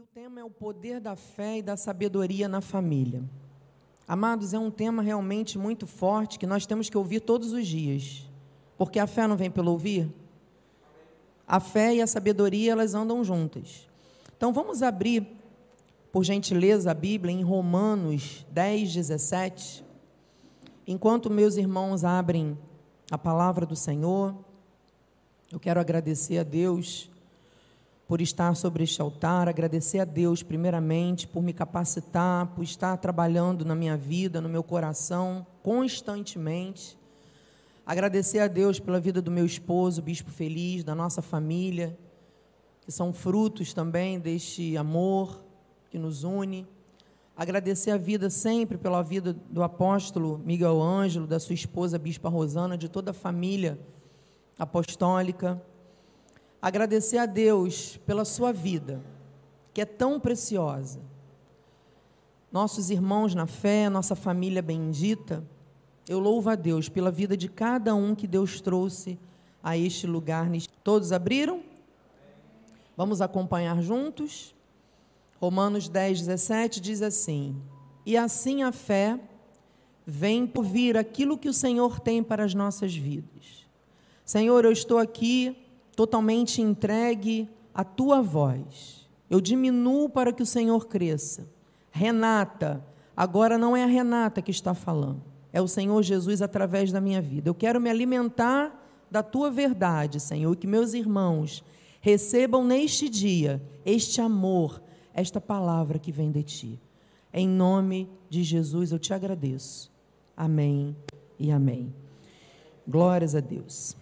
o tema é o poder da fé e da sabedoria na família. Amados, é um tema realmente muito forte que nós temos que ouvir todos os dias, porque a fé não vem pelo ouvir? A fé e a sabedoria, elas andam juntas. Então vamos abrir, por gentileza, a Bíblia em Romanos 10, 17. Enquanto meus irmãos abrem a palavra do Senhor, eu quero agradecer a Deus por estar sobre este altar, agradecer a Deus primeiramente por me capacitar, por estar trabalhando na minha vida, no meu coração, constantemente. Agradecer a Deus pela vida do meu esposo, Bispo Feliz, da nossa família, que são frutos também deste amor que nos une. Agradecer a vida sempre pela vida do apóstolo Miguel Ângelo, da sua esposa Bispa Rosana, de toda a família apostólica. Agradecer a Deus pela sua vida, que é tão preciosa. Nossos irmãos na fé, nossa família bendita, eu louvo a Deus pela vida de cada um que Deus trouxe a este lugar. Todos abriram? Vamos acompanhar juntos? Romanos 10, 17 diz assim: e assim a fé vem por ouvir aquilo que o Senhor tem para as nossas vidas. Senhor, eu estou aqui totalmente entregue à tua voz. Eu diminuo para que o Senhor cresça. Renata, agora não é a Renata que está falando, é o Senhor Jesus através da minha vida. Eu quero me alimentar da tua verdade, Senhor, e que meus irmãos recebam neste dia este amor, esta palavra que vem de ti. Em nome de Jesus eu te agradeço. Amém e amém. Glórias a Deus.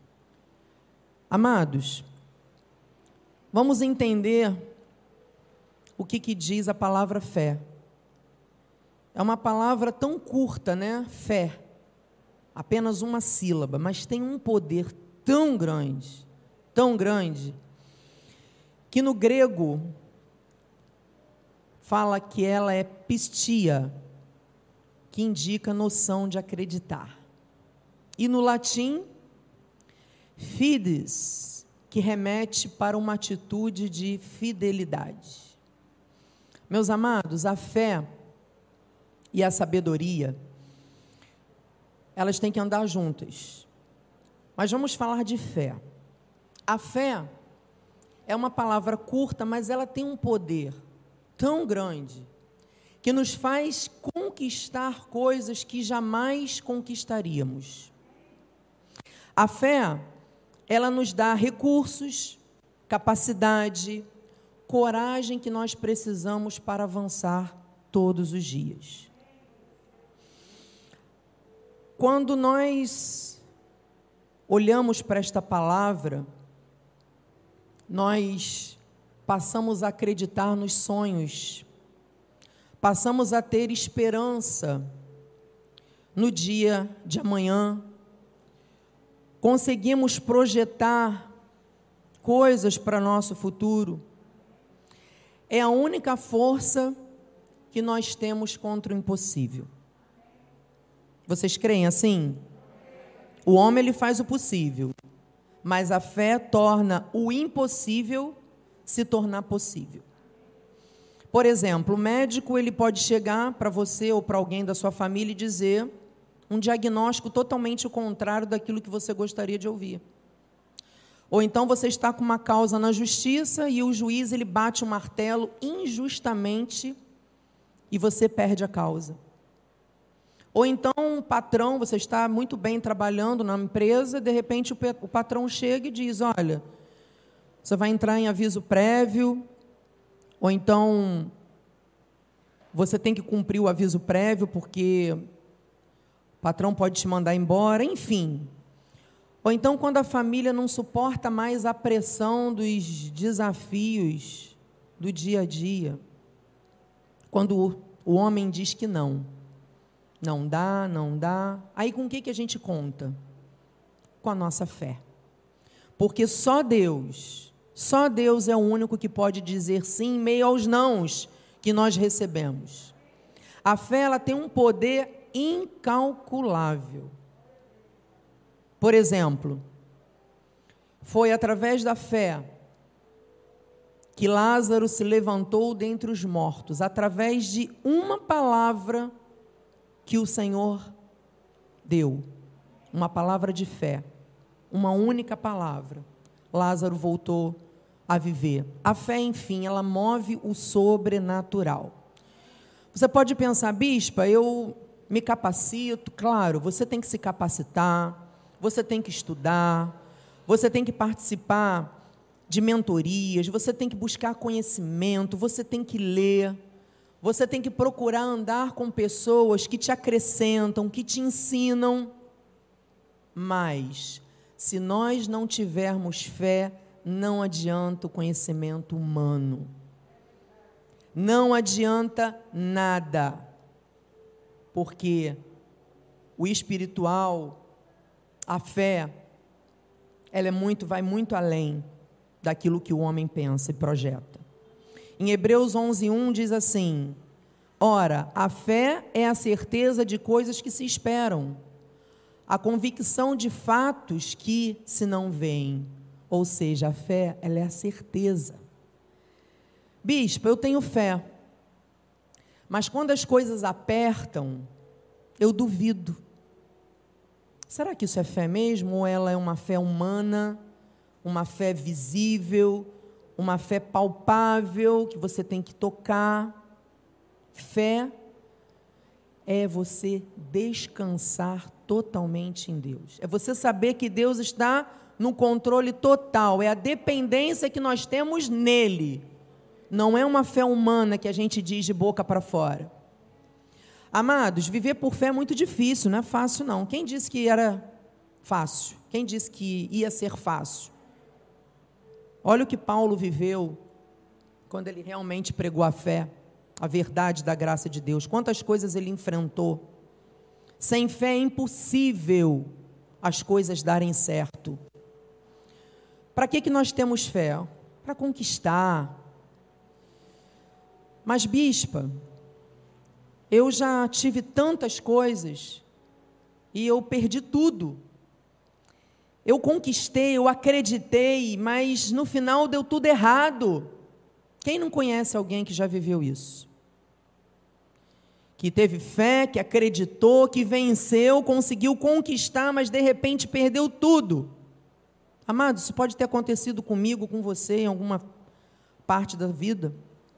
Amados, vamos entender o que diz a palavra fé. É uma palavra tão curta, né? Fé, apenas uma sílaba, mas tem um poder tão grande, que no grego fala que ela é pistia, que indica noção de acreditar. E no latim, fides, que remete para uma atitude de fidelidade. Meus amados, a fé e a sabedoria, elas têm que andar juntas. Mas vamos falar de fé. A fé é uma palavra curta, mas ela tem um poder tão grande que nos faz conquistar coisas que jamais conquistaríamos. A fé, ela nos dá recursos, capacidade, coragem que nós precisamos para avançar todos os dias. Quando nós olhamos para esta palavra, nós passamos a acreditar nos sonhos, passamos a ter esperança no dia de amanhã, conseguimos projetar coisas para nosso futuro. É a única força que nós temos contra o impossível. Vocês creem assim? O homem, ele faz o possível, mas a fé torna o impossível se tornar possível. Por exemplo, o médico, ele pode chegar para você ou para alguém da sua família e dizer um diagnóstico totalmente contrário daquilo que você gostaria de ouvir. Ou então você está com uma causa na justiça e o juiz, ele bate o martelo injustamente e você perde a causa. Ou então um patrão, você está muito bem trabalhando na empresa, de repente o patrão chega e diz: olha, você vai entrar em aviso prévio, ou então você tem que cumprir o aviso prévio porque o patrão pode te mandar embora, enfim. Ou então quando a família não suporta mais a pressão dos desafios do dia a dia, quando o homem diz que não dá, aí com o que a gente conta? Com a nossa fé. Porque só Deus é o único que pode dizer sim em meio aos nãos que nós recebemos. A fé, ela tem um poder incalculável. Por exemplo, foi através da fé que Lázaro se levantou dentre os mortos, através de uma palavra que o Senhor deu, uma palavra de fé, uma única palavra. Lázaro voltou a viver. A fé, enfim, ela move o sobrenatural. Você pode pensar, bispa, eu me capacito. Claro, você tem que se capacitar, você tem que estudar, você tem que participar de mentorias, você tem que buscar conhecimento, você tem que ler, você tem que procurar andar com pessoas que te acrescentam, que te ensinam. Mas, se nós não tivermos fé, não adianta o conhecimento humano. Não adianta nada. Porque o espiritual, a fé, ela vai muito além daquilo que o homem pensa e projeta. Em Hebreus 11:1 diz assim: ora, a fé é a certeza de coisas que se esperam, a convicção de fatos que se não veem. Ou seja, a fé, ela é a certeza. Bispo, eu tenho fé, mas quando as coisas apertam, eu duvido. Será que isso é fé mesmo? Ou ela é uma fé humana, uma fé visível, uma fé palpável, que você tem que tocar? Fé é você descansar totalmente em Deus. É você saber que Deus está no controle total. É a dependência que nós temos nele. Não é uma fé humana que a gente diz de boca para fora. Amados, viver por fé é muito difícil, não é fácil não. Quem disse que era fácil? Quem disse que ia ser fácil? Olha o que Paulo viveu quando ele realmente pregou a fé, a verdade da graça de Deus. Quantas coisas ele enfrentou. Sem fé é impossível as coisas darem certo. Para que nós temos fé? Para conquistar. Mas, bispa, eu já tive tantas coisas e eu perdi tudo. Eu conquistei, eu acreditei, mas no final deu tudo errado. Quem não conhece alguém que já viveu isso? Que teve fé, que acreditou, que venceu, conseguiu conquistar, mas de repente perdeu tudo. Amados, isso pode ter acontecido comigo, com você, em alguma parte da vida.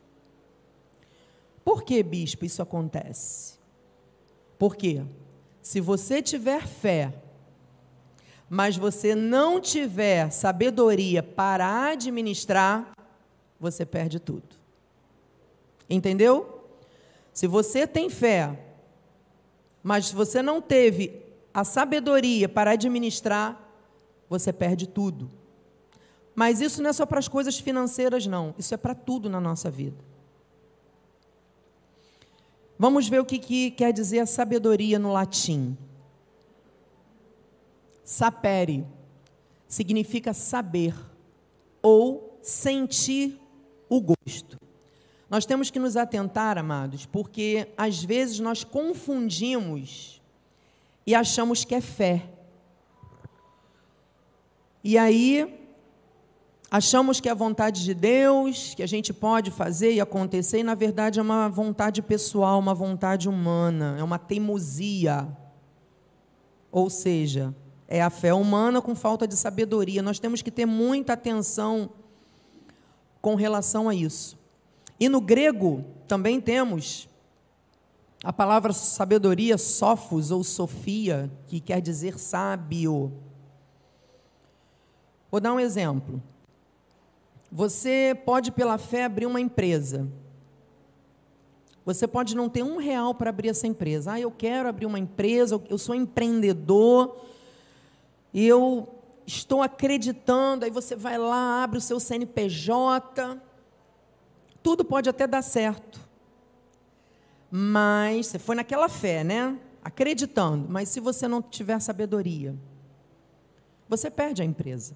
Por que, bispo, isso acontece? Porque se você tiver fé, mas você não tiver sabedoria para administrar, você perde tudo. Entendeu? Se você tem fé, mas você não teve a sabedoria para administrar, você perde tudo. Mas isso não é só para as coisas financeiras, não. Isso é para tudo na nossa vida. Vamos ver o que quer dizer a sabedoria no latim. Sapere significa saber ou sentir o gosto. Nós temos que nos atentar, amados, porque às vezes nós confundimos e achamos que é fé. E aí achamos que é a vontade de Deus, que a gente pode fazer e acontecer, e na verdade é uma vontade pessoal, uma vontade humana, é uma teimosia. Ou seja, é a fé humana com falta de sabedoria. Nós temos que ter muita atenção com relação a isso. E no grego também temos a palavra sabedoria, sofos ou sofia, que quer dizer sábio. Vou dar um exemplo. Você pode, pela fé, abrir uma empresa. Você pode não ter R$1 para abrir essa empresa. Eu quero abrir uma empresa, eu sou empreendedor, eu estou acreditando. Aí você vai lá, abre o seu CNPJ, tudo pode até dar certo. Mas você foi naquela fé, né? Acreditando. Mas se você não tiver sabedoria, você perde a empresa.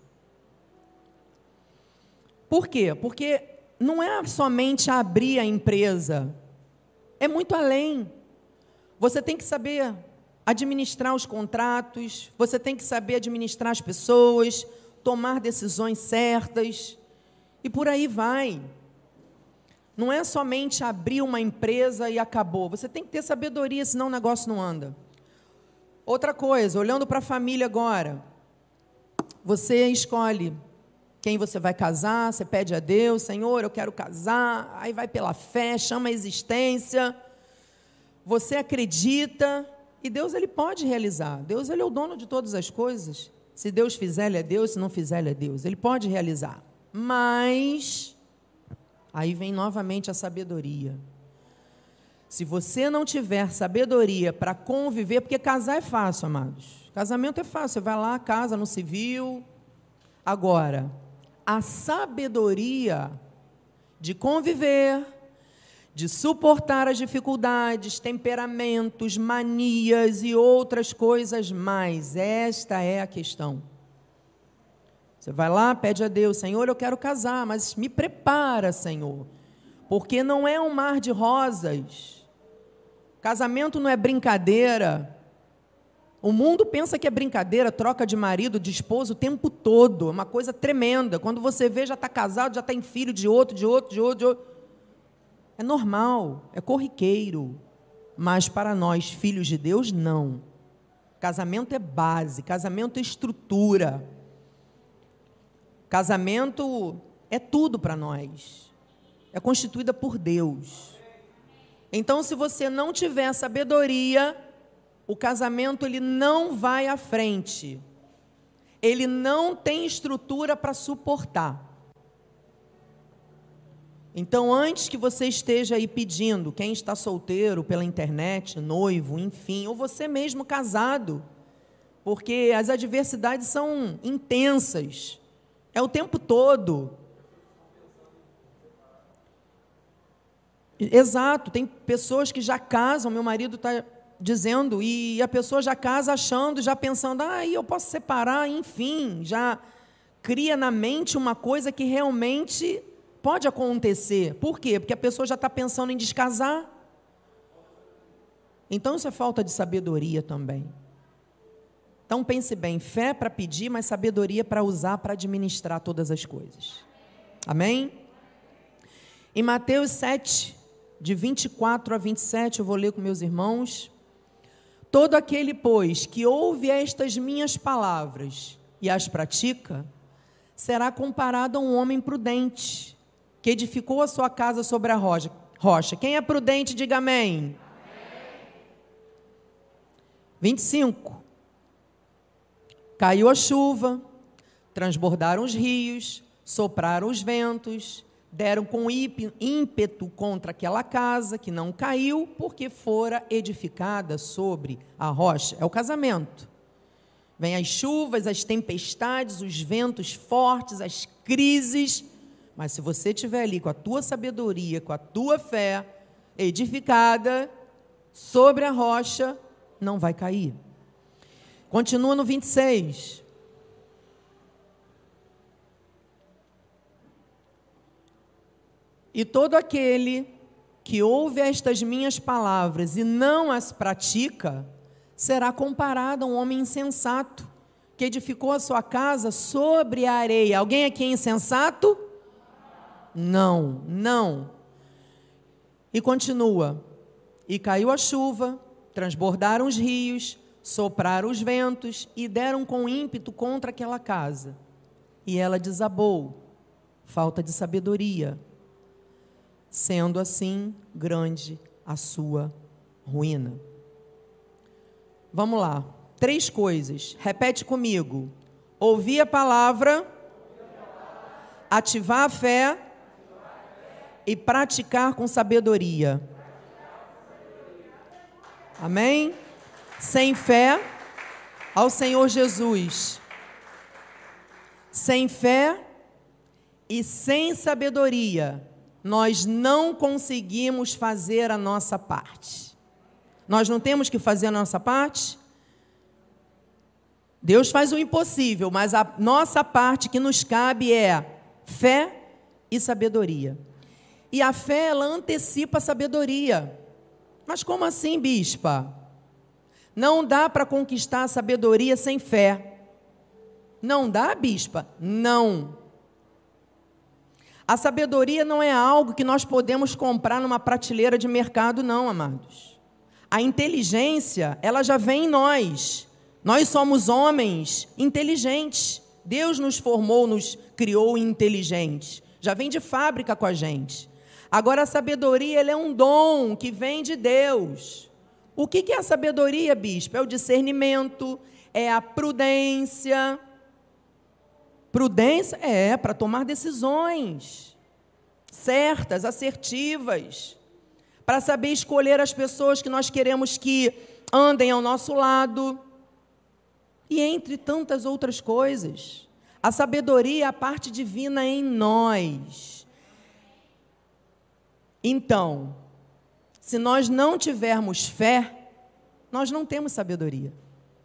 Por quê? Porque não é somente abrir a empresa, é muito além. Você tem que saber administrar os contratos, você tem que saber administrar as pessoas, tomar decisões certas. E por aí vai. Não é somente abrir uma empresa e acabou. Você tem que ter sabedoria, senão o negócio não anda. Outra coisa, olhando para a família agora, você escolhe quem você vai casar, você pede a Deus, Senhor, eu quero casar, aí vai pela fé, chama a existência, você acredita, e Deus, Ele pode realizar. Deus, Ele é o dono de todas as coisas. Se Deus fizer, Ele é Deus, se não fizer, Ele é Deus. Ele pode realizar. Mas, aí vem novamente a sabedoria. Se você não tiver sabedoria para conviver, porque casar é fácil, amados. Casamento é fácil, você vai lá, casa no civil. Agora, a sabedoria de conviver, de suportar as dificuldades, temperamentos, manias e outras coisas mais. Esta é a questão. Você vai lá, pede a Deus, Senhor, eu quero casar, mas me prepara, Senhor, porque não é um mar de rosas. Casamento não é brincadeira. O mundo pensa que é brincadeira, troca de marido, de esposo o tempo todo, é uma coisa tremenda. Quando você vê, já está casado, já tem filho de outro. É normal, é corriqueiro. Mas para nós, filhos de Deus, não. Casamento é base, casamento é estrutura. Casamento é tudo para nós. É constituída por Deus. Então, se você não tiver sabedoria, o casamento ele não vai à frente. Ele não tem estrutura para suportar. Então, antes que você esteja aí pedindo, quem está solteiro pela internet, noivo, enfim, ou você mesmo casado, porque as adversidades são intensas, é o tempo todo. Exato, tem pessoas que já casam, meu marido está dizendo, e a pessoa já casa achando, já pensando, eu posso separar, enfim, já cria na mente uma coisa que realmente pode acontecer. Por quê? Porque a pessoa já está pensando em descasar. Então, isso é falta de sabedoria também. Então, pense bem, fé para pedir, mas sabedoria para usar, para administrar todas as coisas. Amém? Em Mateus 7, de 24 a 27, eu vou ler com meus irmãos. Todo aquele, pois, que ouve estas minhas palavras e as pratica, será comparado a um homem prudente, que edificou a sua casa sobre a rocha. Quem é prudente, diga amém. 25. Caiu a chuva, transbordaram os rios, sopraram os ventos, deram com ímpeto contra aquela casa, que não caiu, porque fora edificada sobre a rocha. É o casamento. Vem as chuvas, as tempestades, os ventos fortes, as crises, mas se você estiver ali com a tua sabedoria, com a tua fé edificada sobre a rocha, não vai cair. Continua no 26. E todo aquele que ouve estas minhas palavras e não as pratica, será comparado a um homem insensato, que edificou a sua casa sobre a areia. Alguém aqui é insensato? Não, não. E continua. E caiu a chuva, transbordaram os rios, sopraram os ventos e deram com ímpeto contra aquela casa. E ela desabou. Falta de sabedoria. Sendo assim, grande a sua ruína. Vamos lá. 3 coisas. Repete comigo. Ouvir a palavra, ativar a fé e praticar com sabedoria. Amém? Sem fé ao Senhor Jesus. Sem fé e sem sabedoria, nós não conseguimos fazer a nossa parte. Nós não temos que fazer a nossa parte? Deus faz o impossível, mas a nossa parte que nos cabe é fé e sabedoria. E a fé, ela antecipa a sabedoria. Mas como assim, bispa? Não dá para conquistar a sabedoria sem fé. Não dá, bispa? Não. A sabedoria não é algo que nós podemos comprar numa prateleira de mercado, não, amados. A inteligência, ela já vem em nós. Nós somos homens inteligentes. Deus nos formou, nos criou inteligentes. Já vem de fábrica com a gente. Agora, a sabedoria, ela é um dom que vem de Deus. O que é a sabedoria, bispo? É o discernimento, é a prudência. Prudência é para tomar decisões certas, assertivas, para saber escolher as pessoas que nós queremos que andem ao nosso lado, e entre tantas outras coisas. A sabedoria é a parte divina em nós. Então, se nós não tivermos fé, nós não temos sabedoria.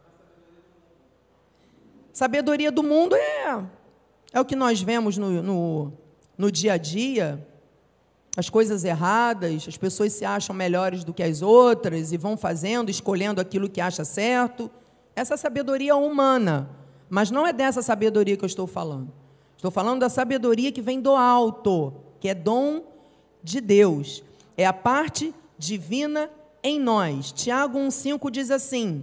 Sabedoria do mundo é o que nós vemos no dia a dia, as coisas erradas, as pessoas se acham melhores do que as outras e vão fazendo, escolhendo aquilo que acha certo. Essa sabedoria humana, mas não é dessa sabedoria que eu estou falando. Estou falando da sabedoria que vem do alto, que é dom de Deus. É a parte divina em nós. Tiago 1,5 diz assim: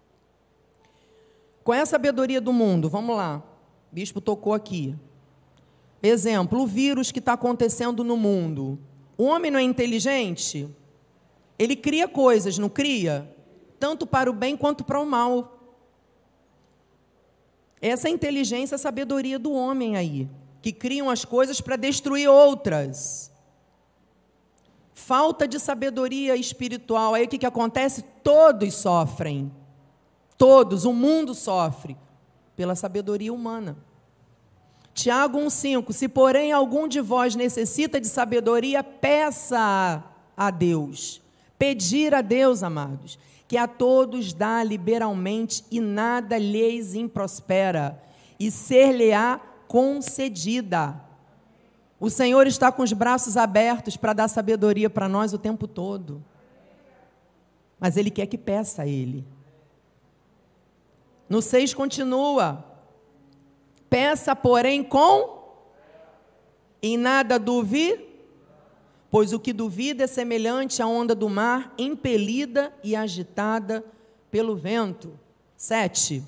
qual é a sabedoria do mundo? Vamos lá, o bispo tocou aqui. Exemplo, o vírus que está acontecendo no mundo. O homem não é inteligente? Ele cria coisas, não cria? Tanto para o bem quanto para o mal. Essa é a inteligência, a sabedoria do homem aí, que criam as coisas para destruir outras. Falta de sabedoria espiritual. Aí o que acontece? Todos sofrem. Todos, o mundo sofre pela sabedoria humana. Tiago 1,5: se porém algum de vós necessita de sabedoria, peça a Deus. Pedir a Deus, amados, que a todos dá liberalmente e nada lhes improspera, e ser-lhe-á concedida. O Senhor está com os braços abertos para dar sabedoria para nós o tempo todo. Mas Ele quer que peça a Ele. No 6 continua: peça, porém, em nada duvide, pois o que duvida é semelhante à onda do mar, impelida e agitada pelo vento. 7.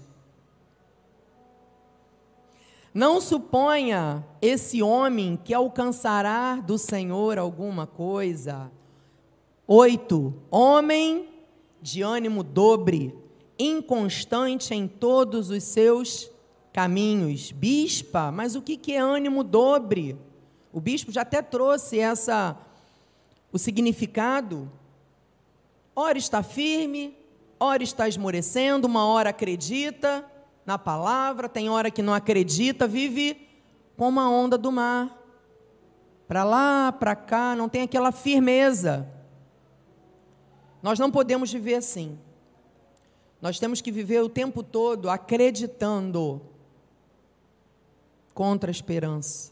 Não suponha esse homem que alcançará do Senhor alguma coisa. 8. Homem de ânimo dobre, inconstante em todos os seus caminhos. Bispa, mas o que é ânimo dobre? O bispo já até trouxe o significado. Ora está firme, ora está esmorecendo, uma hora acredita na palavra, tem hora que não acredita, vive como a onda do mar. Para lá, para cá, não tem aquela firmeza. Nós não podemos viver assim. Nós temos que viver o tempo todo acreditando contra a esperança.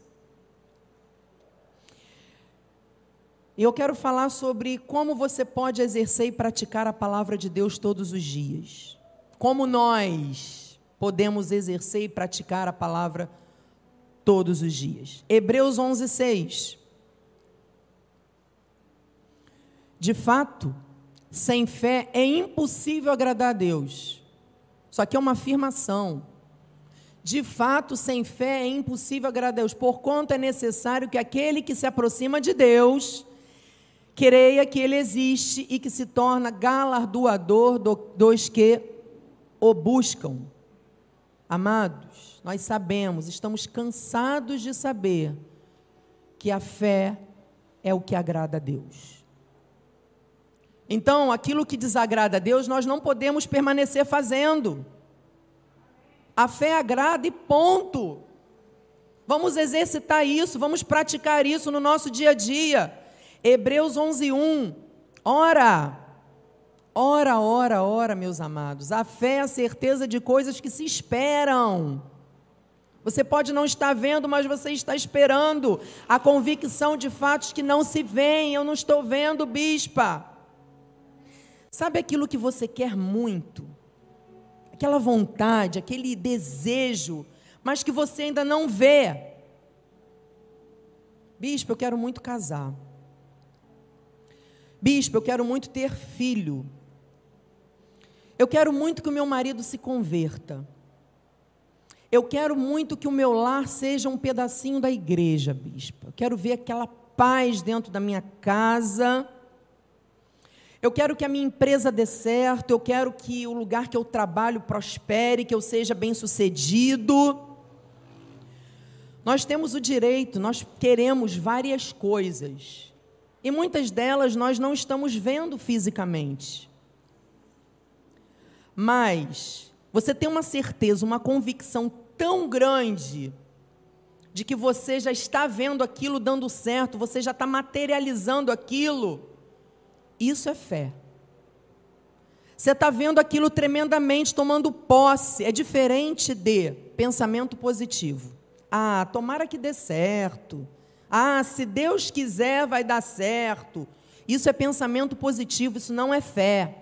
E eu quero falar sobre como você pode exercer e praticar a palavra de Deus todos os dias. Como nós podemos exercer e praticar a palavra todos os dias. Hebreus 11:6. De fato, sem fé é impossível agradar a Deus. Isso aqui é uma afirmação. De fato, sem fé é impossível agradar a Deus, porquanto é necessário que aquele que se aproxima de Deus creia que Ele existe e que se torna galardoador dos que o buscam. Amados, nós sabemos, estamos cansados de saber que a fé é o que agrada a Deus. Então, aquilo que desagrada a Deus, nós não podemos permanecer fazendo. A fé agrada e ponto. Vamos exercitar isso, vamos praticar isso no nosso dia a dia. Hebreus 11:1. Ora, meus amados. A fé é a certeza de coisas que se esperam. Você pode não estar vendo, mas você está esperando. A convicção de fatos que não se veem. Eu não estou vendo, bispa. Sabe aquilo que você quer muito? Aquela vontade, aquele desejo, mas que você ainda não vê. Bispo, eu quero muito casar. Bispo, eu quero muito ter filho. Eu quero muito que o meu marido se converta. Eu quero muito que o meu lar seja um pedacinho da igreja, bispo. Eu quero ver aquela paz dentro da minha casa. Eu quero que a minha empresa dê certo. Eu quero que o lugar que eu trabalho prospere, que eu seja bem-sucedido. Nós temos o direito, nós queremos várias coisas. E muitas delas nós não estamos vendo fisicamente. Mas você tem uma certeza, uma convicção tão grande de que você já está vendo aquilo dando certo, você já está materializando aquilo. Isso é fé. Você está vendo aquilo tremendamente, tomando posse. É diferente de pensamento positivo. Ah, tomara que dê certo. Ah, se Deus quiser, vai dar certo. Isso é pensamento positivo, isso não é fé.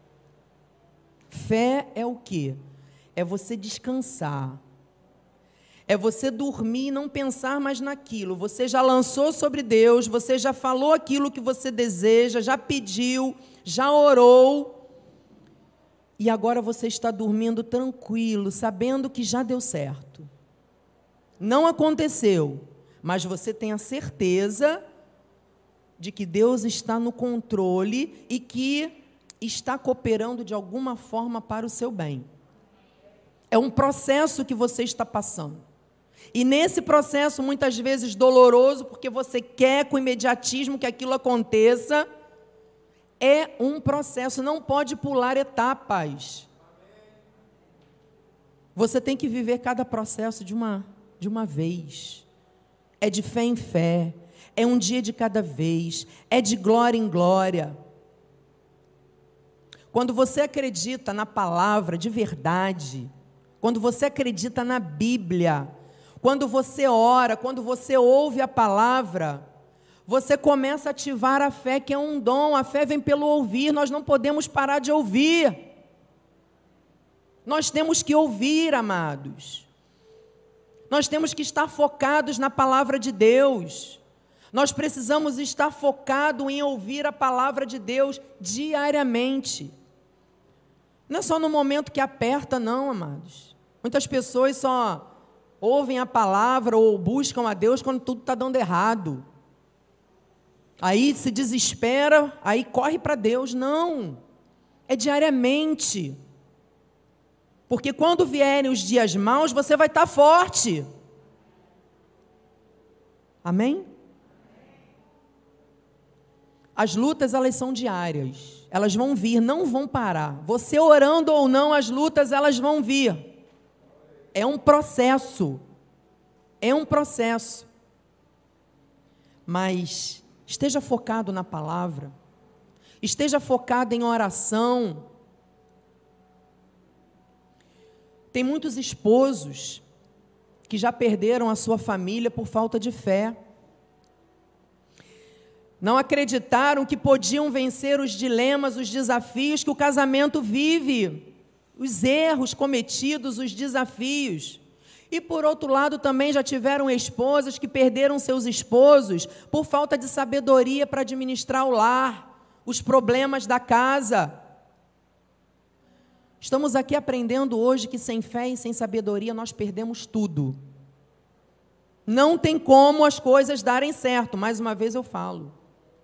Fé é o quê? É você descansar. É você dormir e não pensar mais naquilo. Você já lançou sobre Deus, você já falou aquilo que você deseja, já pediu, já orou. E agora você está dormindo tranquilo, sabendo que já deu certo. Não aconteceu, mas você tem a certeza de que Deus está no controle e que está cooperando de alguma forma para o seu bem. É um processo que você está passando. E nesse processo, muitas vezes doloroso, porque você quer com imediatismo que aquilo aconteça, é um processo, não pode pular etapas. Você tem que viver cada processo de uma vez. É de fé em fé, é um dia de cada vez, é de glória em glória. Quando você acredita na palavra de verdade, quando você acredita na Bíblia, quando você ora, quando você ouve a palavra, você começa a ativar a fé, que é um dom. A fé vem pelo ouvir, nós não podemos parar de ouvir. Nós temos que ouvir, amados. Nós temos que estar focados na palavra de Deus. Nós precisamos estar focados em ouvir a palavra de Deus diariamente. Não é só no momento que aperta, não, amados. Muitas pessoas só ouvem a palavra ou buscam a Deus quando tudo está dando errado. Aí se desespera, aí corre para Deus. Não, é diariamente. Porque quando vierem os dias maus, você vai estar forte. Amém? As lutas, elas são diárias. Elas vão vir, não vão parar. Você orando ou não, as lutas, elas vão vir. É um processo. É um processo. Mas esteja focado na palavra. Esteja focado em oração. Tem muitos esposos que já perderam a sua família por falta de fé. Não acreditaram que podiam vencer os dilemas, os desafios que o casamento vive, os erros cometidos, os desafios. E, por outro lado, também já tiveram esposas que perderam seus esposos por falta de sabedoria para administrar o lar, os problemas da casa. Estamos aqui aprendendo hoje que sem fé e sem sabedoria nós perdemos tudo. Não tem como as coisas darem certo, mais uma vez eu falo.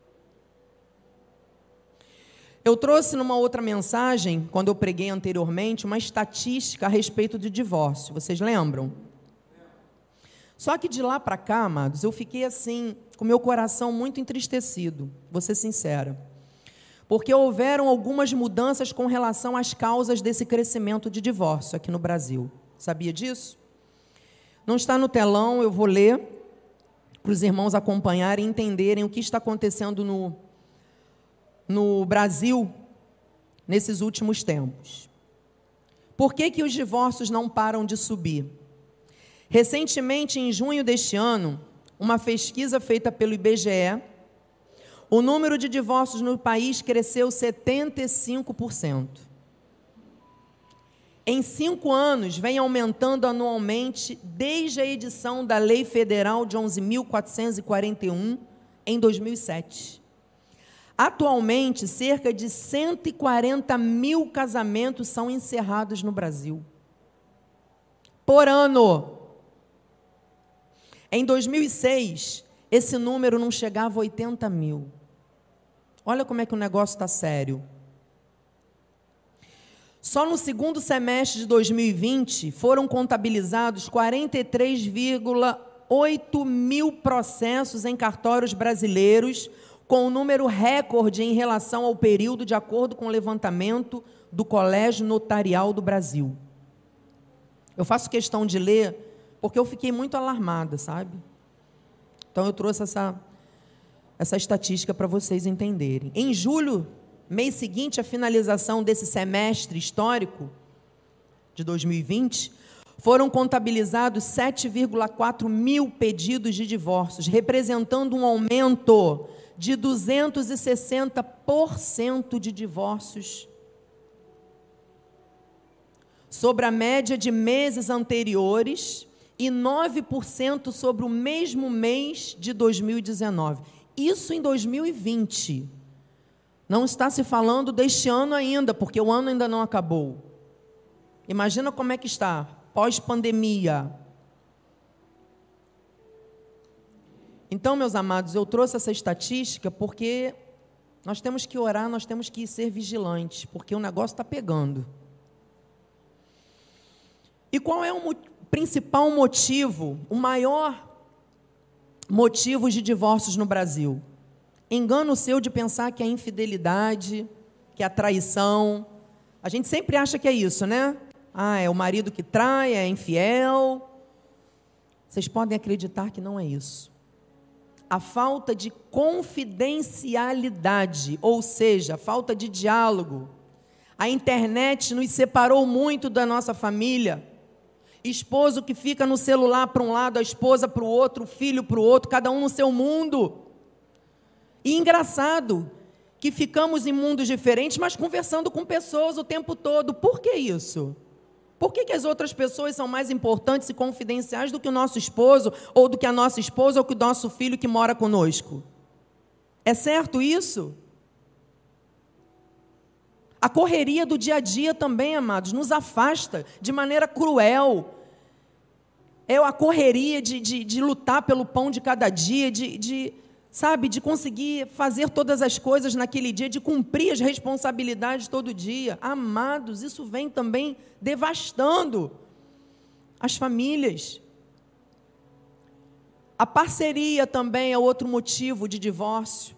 Eu trouxe numa outra mensagem, quando eu preguei anteriormente, uma estatística a respeito de divórcio. Vocês lembram? Só que de lá para cá, amados, eu fiquei assim, com meu coração muito entristecido, vou ser sincera. Porque houveram algumas mudanças com relação às causas desse crescimento de divórcio aqui no Brasil. Sabia disso? Não está no telão, eu vou ler para os irmãos acompanharem e entenderem o que está acontecendo no Brasil nesses últimos tempos. Por que os divórcios não param de subir? Recentemente, em junho deste ano, uma pesquisa feita pelo IBGE, o número de divórcios no país cresceu 75%. em 5 anos, vem aumentando anualmente desde a edição da Lei Federal de 11.441, em 2007. Atualmente, cerca de 140 mil casamentos são encerrados no Brasil. Por ano. Em 2006, esse número não chegava a 80 mil. Olha como é que o negócio está sério. Só no segundo semestre de 2020, foram contabilizados 43,8 mil processos em cartórios brasileiros, com um número recorde em relação ao período, de acordo com o levantamento do Colégio Notarial do Brasil. Eu faço questão de ler, porque eu fiquei muito alarmada, sabe? Então, eu trouxe essa estatística para vocês entenderem. Em julho, mês seguinte à finalização desse semestre histórico de 2020, foram contabilizados 7,4 mil pedidos de divórcios, representando um aumento de 260% de divórcios sobre a média de meses anteriores e 9% sobre o mesmo mês de 2019. Isso em 2020. Não está se falando deste ano ainda, porque o ano ainda não acabou. Imagina como é que está, pós-pandemia. Então, meus amados, eu trouxe essa estatística porque nós temos que orar, nós temos que ser vigilantes, porque o negócio está pegando. E qual é o principal motivo, o maior motivo de divórcios no Brasil? Engano seu de pensar que é a infidelidade, que é a traição. A gente sempre acha que é isso, né? É o marido que trai, é infiel. Vocês podem acreditar que não é isso. A falta de confidencialidade, ou seja, a falta de diálogo. A internet nos separou muito da nossa família. Esposo que fica no celular para um lado, a esposa para o outro, o filho para o outro, cada um no seu mundo. E engraçado que ficamos em mundos diferentes, mas conversando com pessoas o tempo todo. Por que isso? Por que as outras pessoas são mais importantes e confidenciais do que o nosso esposo, ou do que a nossa esposa, ou que o nosso filho que mora conosco? É certo isso? A correria do dia a dia também, amados, nos afasta de maneira cruel. É a correria de lutar pelo pão de cada dia, de conseguir fazer todas as coisas naquele dia, de cumprir as responsabilidades todo dia. Amados, isso vem também devastando as famílias. A parceria também é outro motivo de divórcio.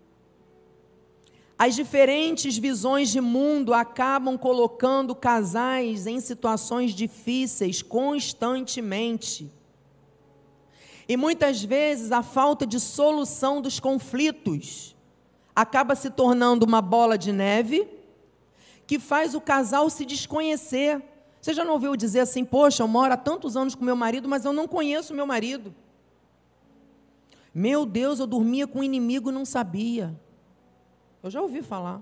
As diferentes visões de mundo acabam colocando casais em situações difíceis constantemente. E muitas vezes a falta de solução dos conflitos acaba se tornando uma bola de neve que faz o casal se desconhecer. Você já não ouviu dizer assim, poxa, eu moro há tantos anos com meu marido, mas eu não conheço meu marido. Meu Deus, eu dormia com um inimigo e não sabia. Eu já ouvi falar.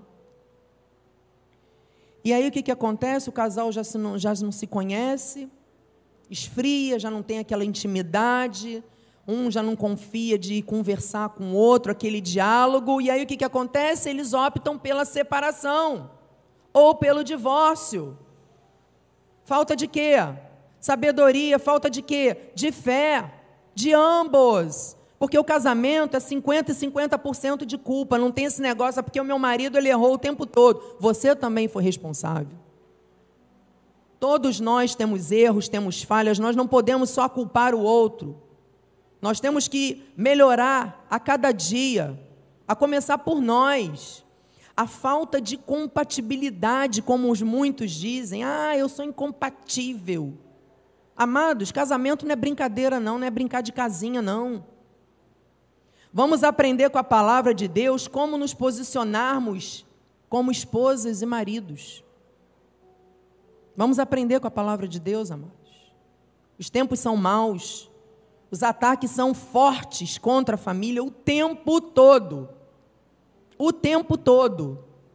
E aí o que acontece? O casal já não se conhece, esfria, já não tem aquela intimidade, um já não confia de conversar com o outro, aquele diálogo, e aí o que acontece? Eles optam pela separação, ou pelo divórcio. Falta de quê? Sabedoria, falta de quê? De fé, de ambos. Porque o casamento é 50% e 50% de culpa, não tem esse negócio, porque o meu marido ele errou o tempo todo. Você também foi responsável. Todos nós temos erros, temos falhas, nós não podemos só culpar o outro. Nós temos que melhorar a cada dia, a começar por nós. A falta de compatibilidade, como os muitos dizem, eu sou incompatível. Amados, casamento não é brincadeira não é brincar de casinha não. Vamos aprender com a palavra de Deus como nos posicionarmos como esposas e maridos. Vamos aprender com a palavra de Deus, amados. Os tempos são maus, os ataques são fortes contra a família o tempo todo. O tempo todo.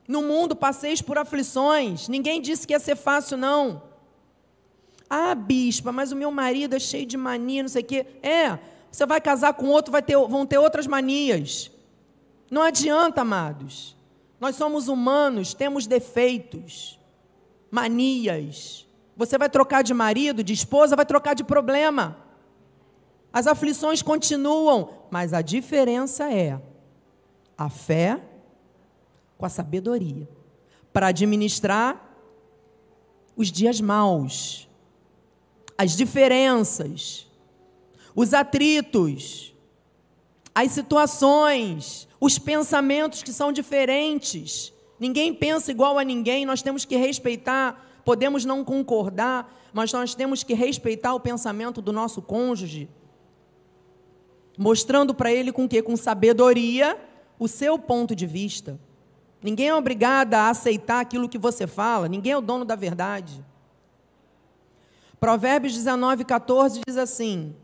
No mundo passeis por aflições. Ninguém disse que ia ser fácil, não. Ah, bispa, mas o meu marido é cheio de mania, não sei o quê. Você vai casar com outro, vão ter outras manias. Não adianta, amados. Nós somos humanos, temos defeitos, manias. Você vai trocar de marido, de esposa, vai trocar de problema. As aflições continuam, mas a diferença é a fé com a sabedoria para administrar os dias maus, as diferenças, os atritos, as situações, os pensamentos que são diferentes. Ninguém pensa igual a ninguém, nós temos que respeitar, podemos não concordar, mas nós temos que respeitar o pensamento do nosso cônjuge, mostrando para ele com quê? Com sabedoria o seu ponto de vista. Ninguém é obrigado a aceitar aquilo que você fala, ninguém é o dono da verdade. Provérbios 19:14 diz assim: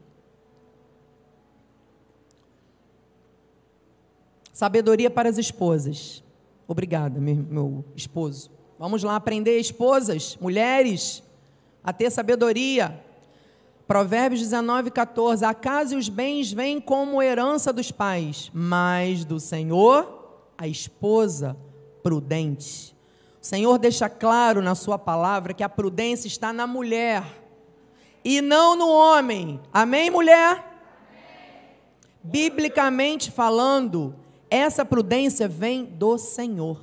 sabedoria para as esposas. Obrigada, meu esposo. Vamos lá aprender, esposas, mulheres, a ter sabedoria. Provérbios 19:14. A casa e os bens vêm como herança dos pais, mas do Senhor a esposa prudente. O Senhor deixa claro na sua palavra que a prudência está na mulher e não no homem. Amém, mulher? Amém. Biblicamente falando, essa prudência vem do Senhor.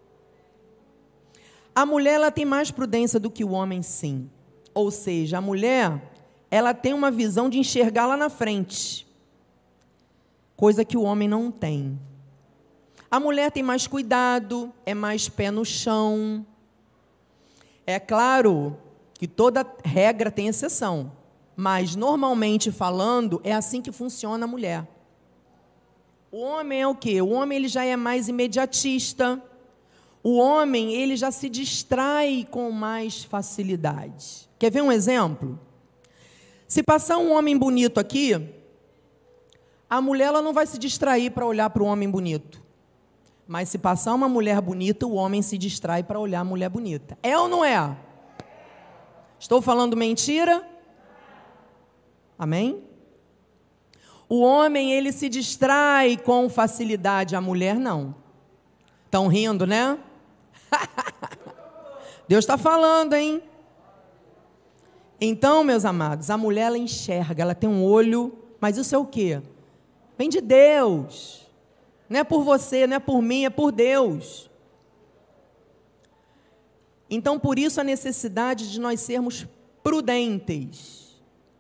A mulher, ela tem mais prudência do que o homem, sim. Ou seja, a mulher, ela tem uma visão de enxergar lá na frente, coisa que o homem não tem. A mulher tem mais cuidado, é mais pé no chão. É claro que toda regra tem exceção, mas normalmente falando, é assim que funciona a mulher. O homem é o quê? O homem ele já é mais imediatista. O homem ele já se distrai com mais facilidade. Quer ver um exemplo? Se passar um homem bonito aqui, a mulher ela não vai se distrair para olhar para o homem bonito. Mas se passar uma mulher bonita, o homem se distrai para olhar a mulher bonita. É ou não é? Estou falando mentira? Amém? O homem, ele se distrai com facilidade, a mulher não. Estão rindo, né? Deus está falando, hein? Então, meus amados, a mulher, ela enxerga, ela tem um olho, mas isso é o quê? Vem de Deus. Não é por você, não é por mim, é por Deus. Então, por isso a necessidade de nós sermos prudentes.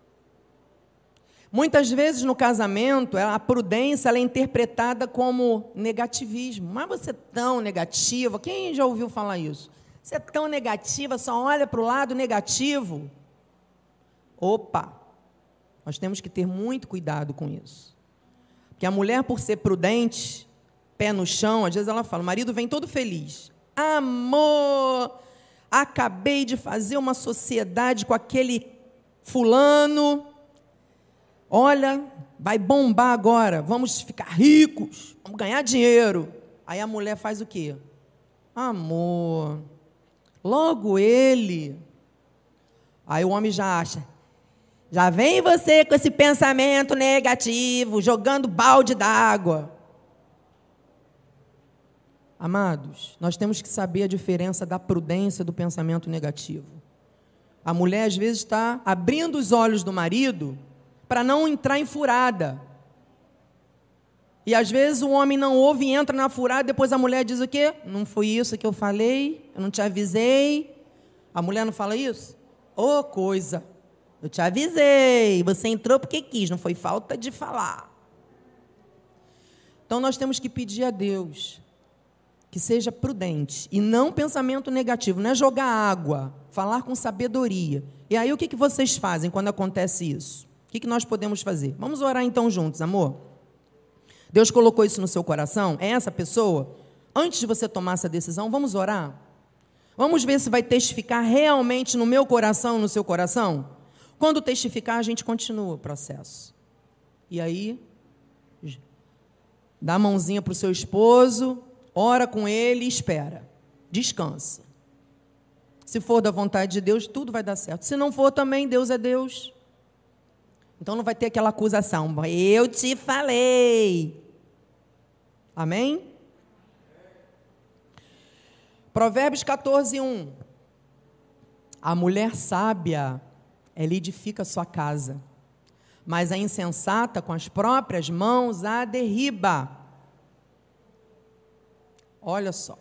Muitas vezes no casamento, a prudência ela é interpretada como negativismo. Mas você é tão negativa, quem já ouviu falar isso? Você é tão negativa, só olha para o lado negativo. Opa, nós temos que ter muito cuidado com isso. Porque a mulher, por ser prudente, pé no chão, às vezes ela fala, o marido vem todo feliz. Amor, acabei de fazer uma sociedade com aquele fulano. Olha, vai bombar agora, vamos ficar ricos, vamos ganhar dinheiro. Aí a mulher faz o quê? Amor, logo ele. Aí o homem já acha, já vem você com esse pensamento negativo, jogando balde d'água. Amados, nós temos que saber a diferença da prudência do pensamento negativo. A mulher às vezes está abrindo os olhos do marido para não entrar em furada. E às vezes o homem não ouve e entra na furada, depois a mulher diz o quê? Não foi isso que eu falei, eu não te avisei. A mulher não fala isso? Ô, coisa, eu te avisei, você entrou porque quis, não foi falta de falar. Então nós temos que pedir a Deus que seja prudente e não pensamento negativo, não é jogar água, falar com sabedoria. E aí o que vocês fazem quando acontece isso? O que nós podemos fazer? Vamos orar então juntos, amor? Deus colocou isso no seu coração? É essa pessoa? Antes de você tomar essa decisão, vamos orar? Vamos ver se vai testificar realmente no meu coração, no seu coração? Quando testificar, a gente continua o processo. E aí, dá a mãozinha para o seu esposo, ora com ele e espera. Descansa. Se for da vontade de Deus, tudo vai dar certo. Se não for também, Deus é Deus. Então não vai ter aquela acusação. Eu te falei. Amém? Provérbios 14:1. A mulher sábia, ela edifica sua casa, mas a insensata com as próprias mãos a derriba. Olha só.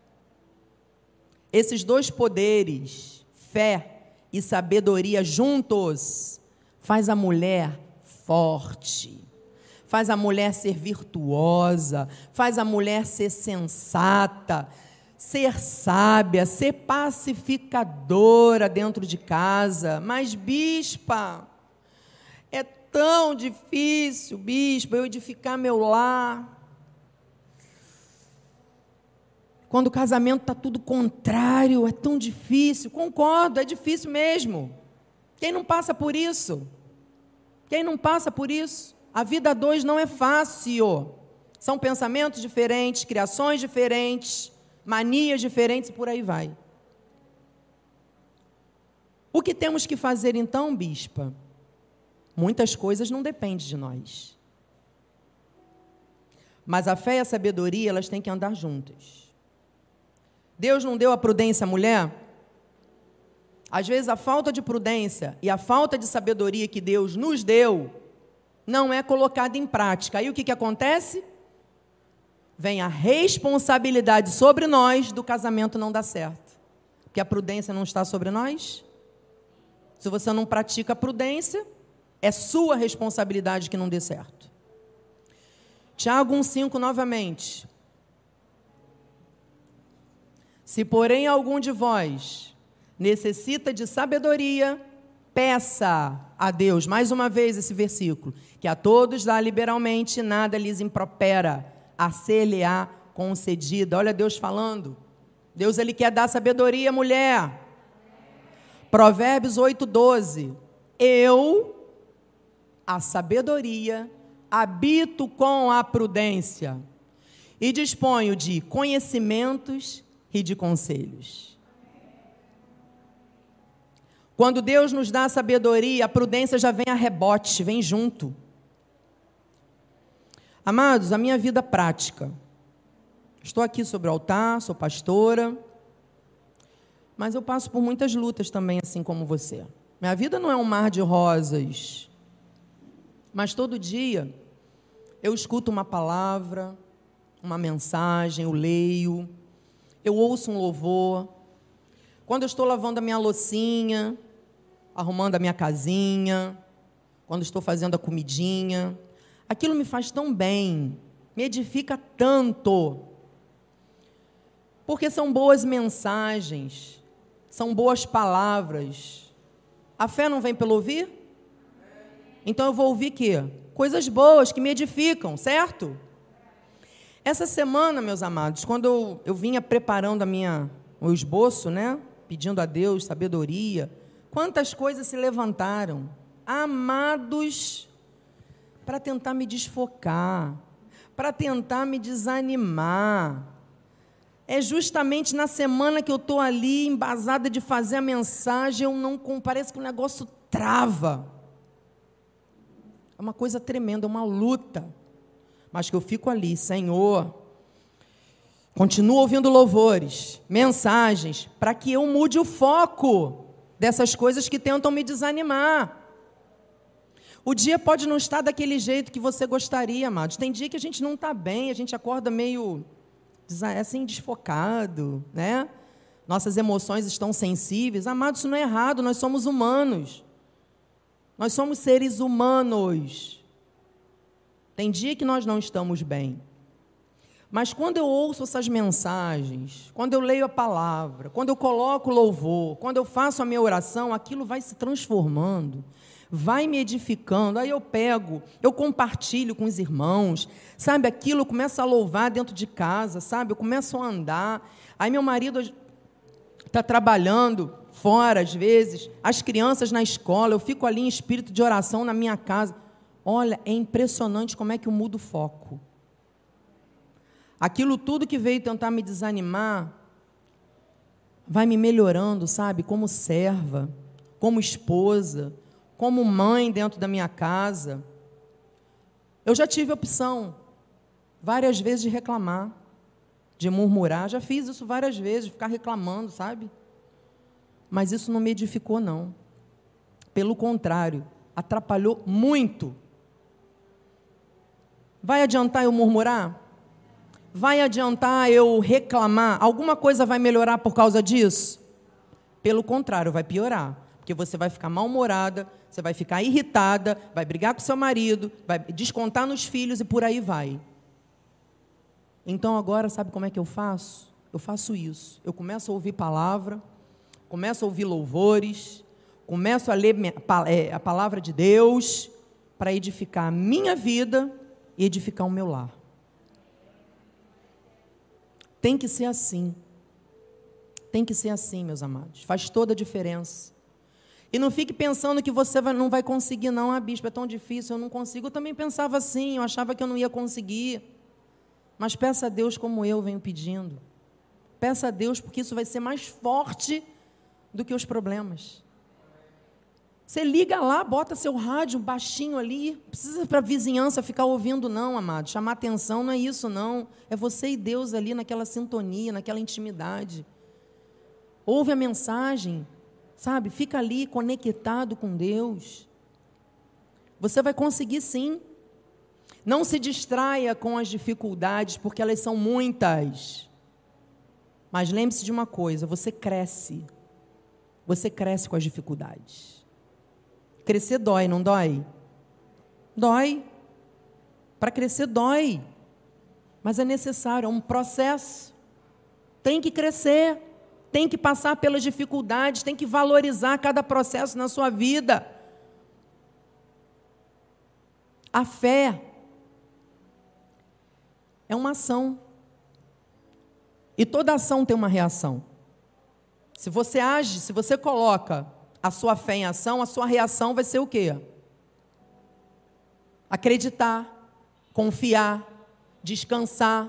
Esses dois poderes, fé e sabedoria juntos, faz a mulher forte, faz a mulher ser virtuosa, faz a mulher ser sensata, ser sábia, ser pacificadora dentro de casa. Mas, bispa, é tão difícil, bispa, eu edificar meu lar. Quando o casamento está tudo contrário, é tão difícil. Concordo, é difícil mesmo. Quem não passa por isso? Quem não passa por isso? A vida a dois não é fácil. São pensamentos diferentes, criações diferentes, manias diferentes e por aí vai. O que temos que fazer então, bispa? Muitas coisas não dependem de nós. Mas a fé e a sabedoria, elas têm que andar juntas. Deus não deu a prudência à mulher? Às vezes a falta de prudência e a falta de sabedoria que Deus nos deu não é colocada em prática. Aí o que acontece? Vem a responsabilidade sobre nós do casamento não dar certo. Porque a prudência não está sobre nós. Se você não pratica a prudência, é sua responsabilidade que não dê certo. Tiago 1,5 novamente. Se, porém, algum de vós necessita de sabedoria, peça a Deus, mais uma vez esse versículo, que a todos dá liberalmente, nada lhes impropera, a ser-lhe-á concedida. Olha Deus falando. Deus, Ele quer dar sabedoria, mulher. Provérbios 8:12. Eu, a sabedoria, habito com a prudência e disponho de conhecimentos e de conselhos. Quando Deus nos dá a sabedoria, a prudência já vem a rebote, vem junto. Amados, a minha vida prática. Estou aqui sobre o altar, sou pastora, mas eu passo por muitas lutas também, assim como você. Minha vida não é um mar de rosas, mas todo dia eu escuto uma palavra, uma mensagem, eu leio, eu ouço um louvor. Quando eu estou lavando a minha loucinha, arrumando a minha casinha, quando estou fazendo a comidinha, aquilo me faz tão bem, me edifica tanto, porque são boas mensagens, são boas palavras. A fé não vem pelo ouvir? Então eu vou ouvir quê? Coisas boas que me edificam, certo? Essa semana, meus amados, quando eu vinha preparando o esboço, né? Pedindo a Deus sabedoria, quantas coisas se levantaram, amados, para tentar me desfocar, para tentar me desanimar. É justamente na semana que eu estou ali, embasada de fazer a mensagem, parece que o negócio trava. É uma coisa tremenda, é uma luta. Mas que eu fico ali, Senhor, continuo ouvindo louvores, mensagens, para que eu mude o foco dessas coisas que tentam me desanimar. O dia pode não estar daquele jeito que você gostaria, amados. Tem dia que a gente não está bem, a gente acorda meio assim, desfocado, né? Nossas emoções estão sensíveis. Amados, isso não é errado, nós somos humanos. Nós somos seres humanos. Tem dia que nós não estamos bem. Mas quando eu ouço essas mensagens, quando eu leio a palavra, quando eu coloco o louvor, quando eu faço a minha oração, aquilo vai se transformando, vai me edificando. Aí eu compartilho com os irmãos, sabe, aquilo, eu começo a louvar dentro de casa, sabe, eu começo a andar. Aí meu marido está trabalhando fora, às vezes, as crianças na escola, eu fico ali em espírito de oração na minha casa. Olha, é impressionante como é que eu mudo o foco. aquilo tudo que veio tentar me desanimar, vai me melhorando, sabe? Como serva, como esposa, como mãe dentro da minha casa. Eu já tive opção, várias vezes, de reclamar, de murmurar. Já fiz isso várias vezes, de ficar reclamando, sabe? Mas isso não me edificou, não. Pelo contrário, atrapalhou muito. Vai adiantar eu murmurar? Vai adiantar eu reclamar? Alguma coisa vai melhorar por causa disso? Pelo contrário, vai piorar. Porque você vai ficar mal-humorada, você vai ficar irritada, vai brigar com seu marido, vai descontar nos filhos e por aí vai. Então agora, sabe como é que eu faço? Eu faço isso. Eu começo a ouvir palavra, começo a ouvir louvores, começo a ler a palavra de Deus para edificar a minha vida e edificar o meu lar. Tem que ser assim. Tem que ser assim, meus amados. Faz toda a diferença. E não fique pensando que você não vai conseguir, não. Bispo, é tão difícil, eu não consigo. Eu também pensava assim, eu achava que eu não ia conseguir. Mas peça a Deus como eu venho pedindo. Peça a Deus, porque isso vai ser mais forte do que os problemas. Você liga lá, bota seu rádio baixinho ali, não precisa para a vizinhança ficar ouvindo, não, amado. Chamar atenção não é isso, não. É você e Deus ali naquela sintonia, naquela intimidade. Ouve a mensagem, sabe? Fica ali conectado com Deus. Você vai conseguir, sim. Não se distraia com as dificuldades, porque elas são muitas. Mas lembre-se de uma coisa, você cresce. Você cresce com as dificuldades. Crescer dói, não dói? Dói. Para crescer dói. Mas é necessário, é um processo. Tem que crescer, tem que passar pelas dificuldades, tem que valorizar cada processo na sua vida. A fé é uma ação. E toda ação tem uma reação. Se você age, se você coloca a sua fé em ação, a sua reação vai ser o quê? Acreditar, confiar, descansar,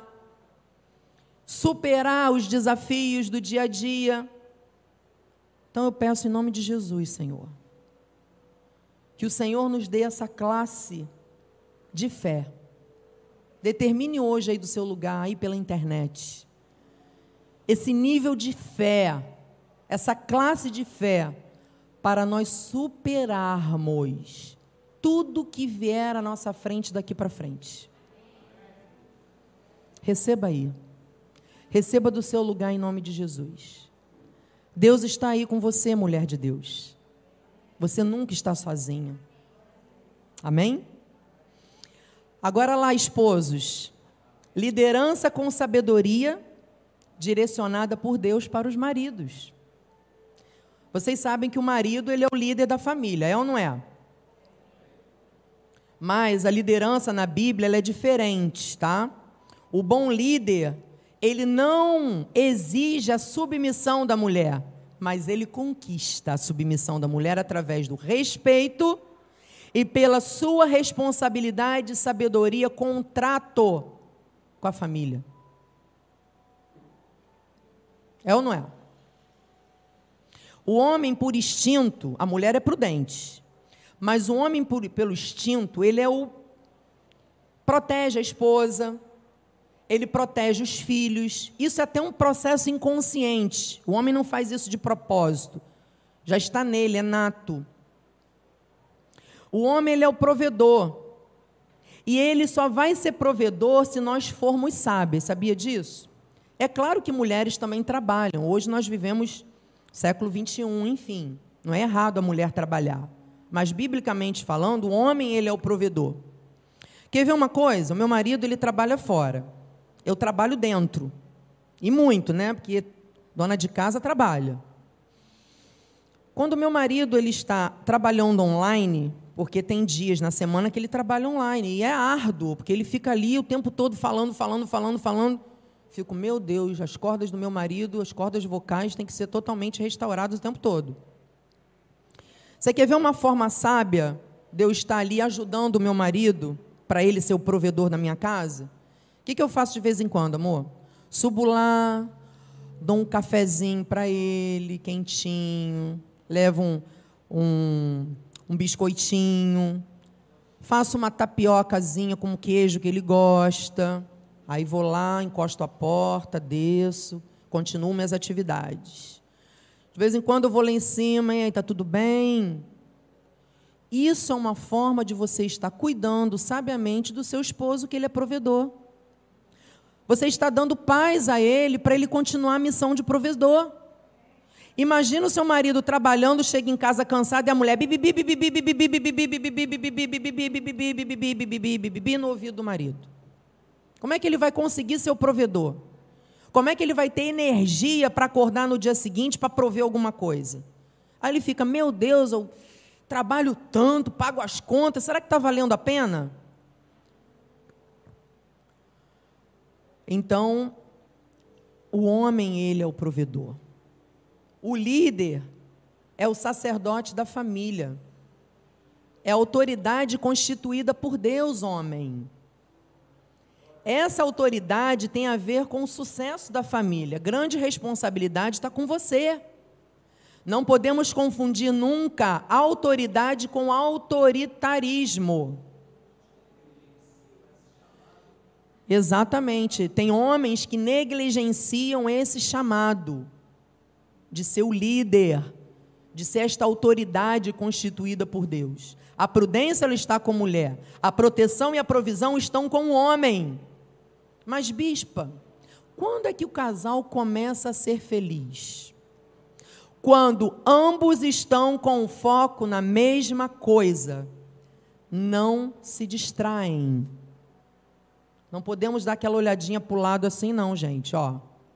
superar os desafios do dia a dia. Então eu peço em nome de Jesus, Senhor, que o Senhor nos dê essa classe de fé. Determine hoje aí do seu lugar, aí pela internet, esse nível de fé, essa classe de fé, para nós superarmos tudo que vier à nossa frente daqui para frente. Receba aí. Receba do seu lugar em nome de Jesus. Deus está aí com você, mulher de Deus. Você nunca está sozinha. Amém? Agora lá, esposos. Liderança com sabedoria direcionada por Deus para os maridos. Vocês sabem que o marido, ele é o líder da família, é ou não é? Mas a liderança na Bíblia, ela é diferente, tá? O bom líder, ele não exige a submissão da mulher, mas ele conquista a submissão da mulher através do respeito e pela sua responsabilidade, sabedoria, contrato com a família. É ou não é? O homem por instinto, a mulher é prudente, mas o homem pelo instinto, ele protege a esposa, ele protege os filhos. Isso é até um processo inconsciente. O homem não faz isso de propósito, já está nele, é nato. O homem, ele é o provedor, e ele só vai ser provedor se nós formos sábios. Sabia disso? É claro que mulheres também trabalham. Hoje nós vivemos século 21, enfim, não é errado a mulher trabalhar, mas biblicamente falando, o homem, ele é o provedor. Quer ver uma coisa? O meu marido, ele trabalha fora, eu trabalho dentro, e muito, né, porque dona de casa trabalha. Quando o meu marido, ele está trabalhando online, porque tem dias na semana que ele trabalha online, e é árduo, porque ele fica ali o tempo todo falando, fico, meu Deus, as cordas do meu marido, as cordas vocais têm que ser totalmente restauradas o tempo todo. Você quer ver uma forma sábia de eu estar ali ajudando o meu marido, para ele ser o provedor da minha casa? O que eu faço de vez em quando, amor? Subo lá, dou um cafezinho para ele, quentinho, levo um biscoitinho, faço uma tapiocazinha com queijo que ele gosta, aí vou lá, encosto a porta, desço, continuo minhas atividades. De vez em quando eu vou lá em cima, e aí, está tudo bem? Isso é uma forma de você estar cuidando sabiamente do seu esposo, que ele é provedor. Você está dando paz a ele para ele continuar a missão de provedor. Imagina o seu marido trabalhando, chega em casa cansado e a mulher no ouvido do marido. Como é que ele vai conseguir ser o provedor? Como é que ele vai ter energia para acordar no dia seguinte para prover alguma coisa? Aí ele fica, meu Deus, eu trabalho tanto, pago as contas, será que está valendo a pena? Então, o homem, ele é o provedor. O líder é o sacerdote da família. É a autoridade constituída por Deus, homem. Essa autoridade tem a ver com o sucesso da família. Grande responsabilidade está com você. Não podemos confundir nunca autoridade com autoritarismo. Exatamente. Tem homens que negligenciam esse chamado de ser o líder, de ser esta autoridade constituída por Deus. A prudência ela está com a mulher, a proteção e a provisão estão com o homem. Mas, bispa, quando é que o casal começa a ser feliz? Quando ambos estão com o foco na mesma coisa, não se distraem. Não podemos dar aquela olhadinha para o lado assim não, gente, ó.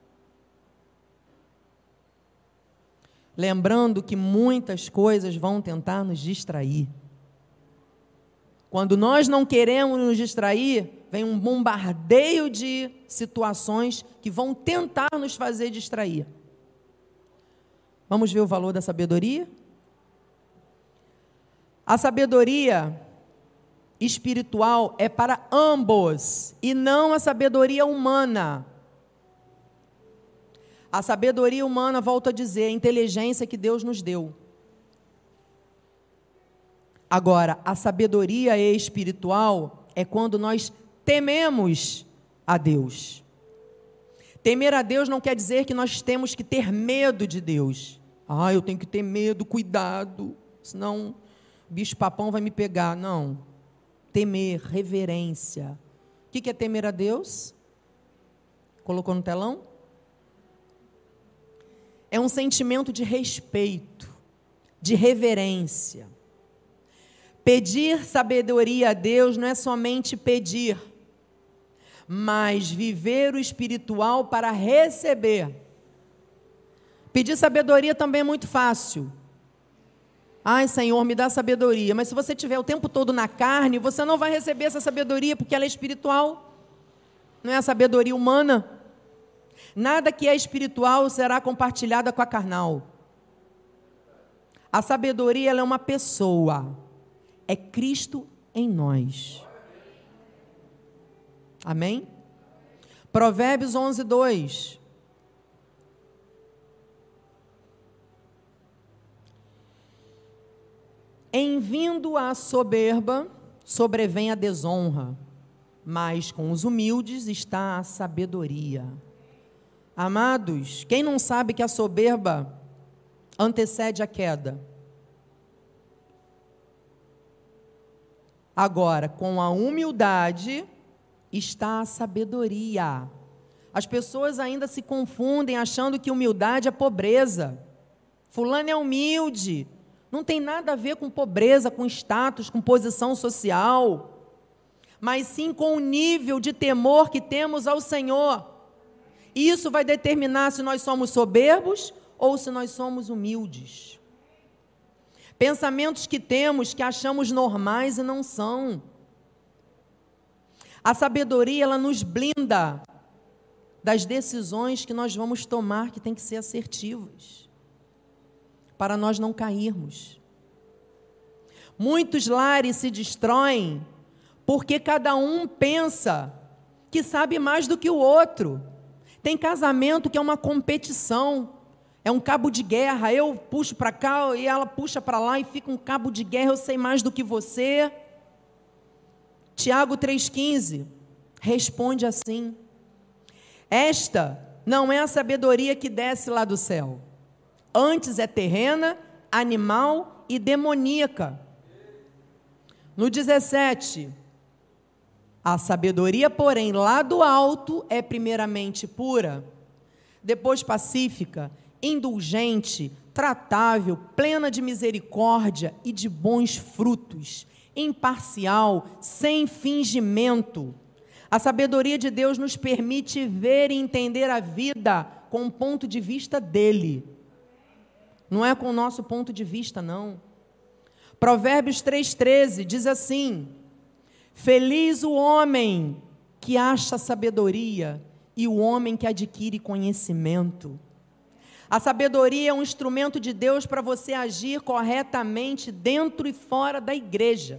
Lembrando que muitas coisas vão tentar nos distrair. Quando nós não queremos nos distrair, vem um bombardeio de situações que vão tentar nos fazer distrair. Vamos ver o valor da sabedoria? A sabedoria espiritual é para ambos e não a sabedoria humana. A sabedoria humana, volto a dizer, é a inteligência que Deus nos deu. Agora, a sabedoria espiritual é quando nós tememos a Deus. Temer a Deus não quer dizer que nós temos que ter medo de Deus. Ah, eu tenho que ter medo, cuidado, senão o bicho-papão vai me pegar. Não. Temer, reverência. O que é temer a Deus? Colocou no telão? É um sentimento de respeito, de reverência. Pedir sabedoria a Deus não é somente pedir, mas viver o espiritual para receber. Pedir sabedoria também é muito fácil. Ai, Senhor, me dá sabedoria. Mas se você estiver o tempo todo na carne, você não vai receber essa sabedoria, porque ela é espiritual. Não é a sabedoria humana. Nada que é espiritual será compartilhada com a carnal. A sabedoria ela é uma pessoa. É Cristo em nós. Amém? Provérbios 11:2. Em vindo a soberba, sobrevém a desonra, mas com os humildes está a sabedoria. Amados, quem não sabe que a soberba antecede a queda? Agora, com a humildade está a sabedoria. As pessoas ainda se confundem achando que humildade é pobreza. Fulano é humilde. Não tem nada a ver com pobreza, com status, com posição social, mas sim com o nível de temor que temos ao Senhor. Isso vai determinar se nós somos soberbos ou se nós somos humildes. Pensamentos que temos que achamos normais e não são. A sabedoria, ela nos blinda das decisões que nós vamos tomar, que tem que ser assertivas, para nós não cairmos. Muitos lares se destroem porque cada um pensa que sabe mais do que o outro. Tem casamento que é uma competição, é um cabo de guerra, eu puxo para cá e ela puxa para lá e fica um cabo de guerra, eu sei mais do que você. Tiago 3,15 responde assim: esta não é a sabedoria que desce lá do céu, antes é terrena, animal e demoníaca. No 17, a sabedoria, porém, lá do alto é primeiramente pura, depois pacífica, indulgente, tratável, plena de misericórdia e de bons frutos, imparcial, sem fingimento. A sabedoria de Deus nos permite ver e entender a vida com o ponto de vista dele. Não é com o nosso ponto de vista, não. Provérbios 3,13 diz assim: feliz o homem que acha sabedoria e o homem que adquire conhecimento. A sabedoria é um instrumento de Deus para você agir corretamente dentro e fora da igreja.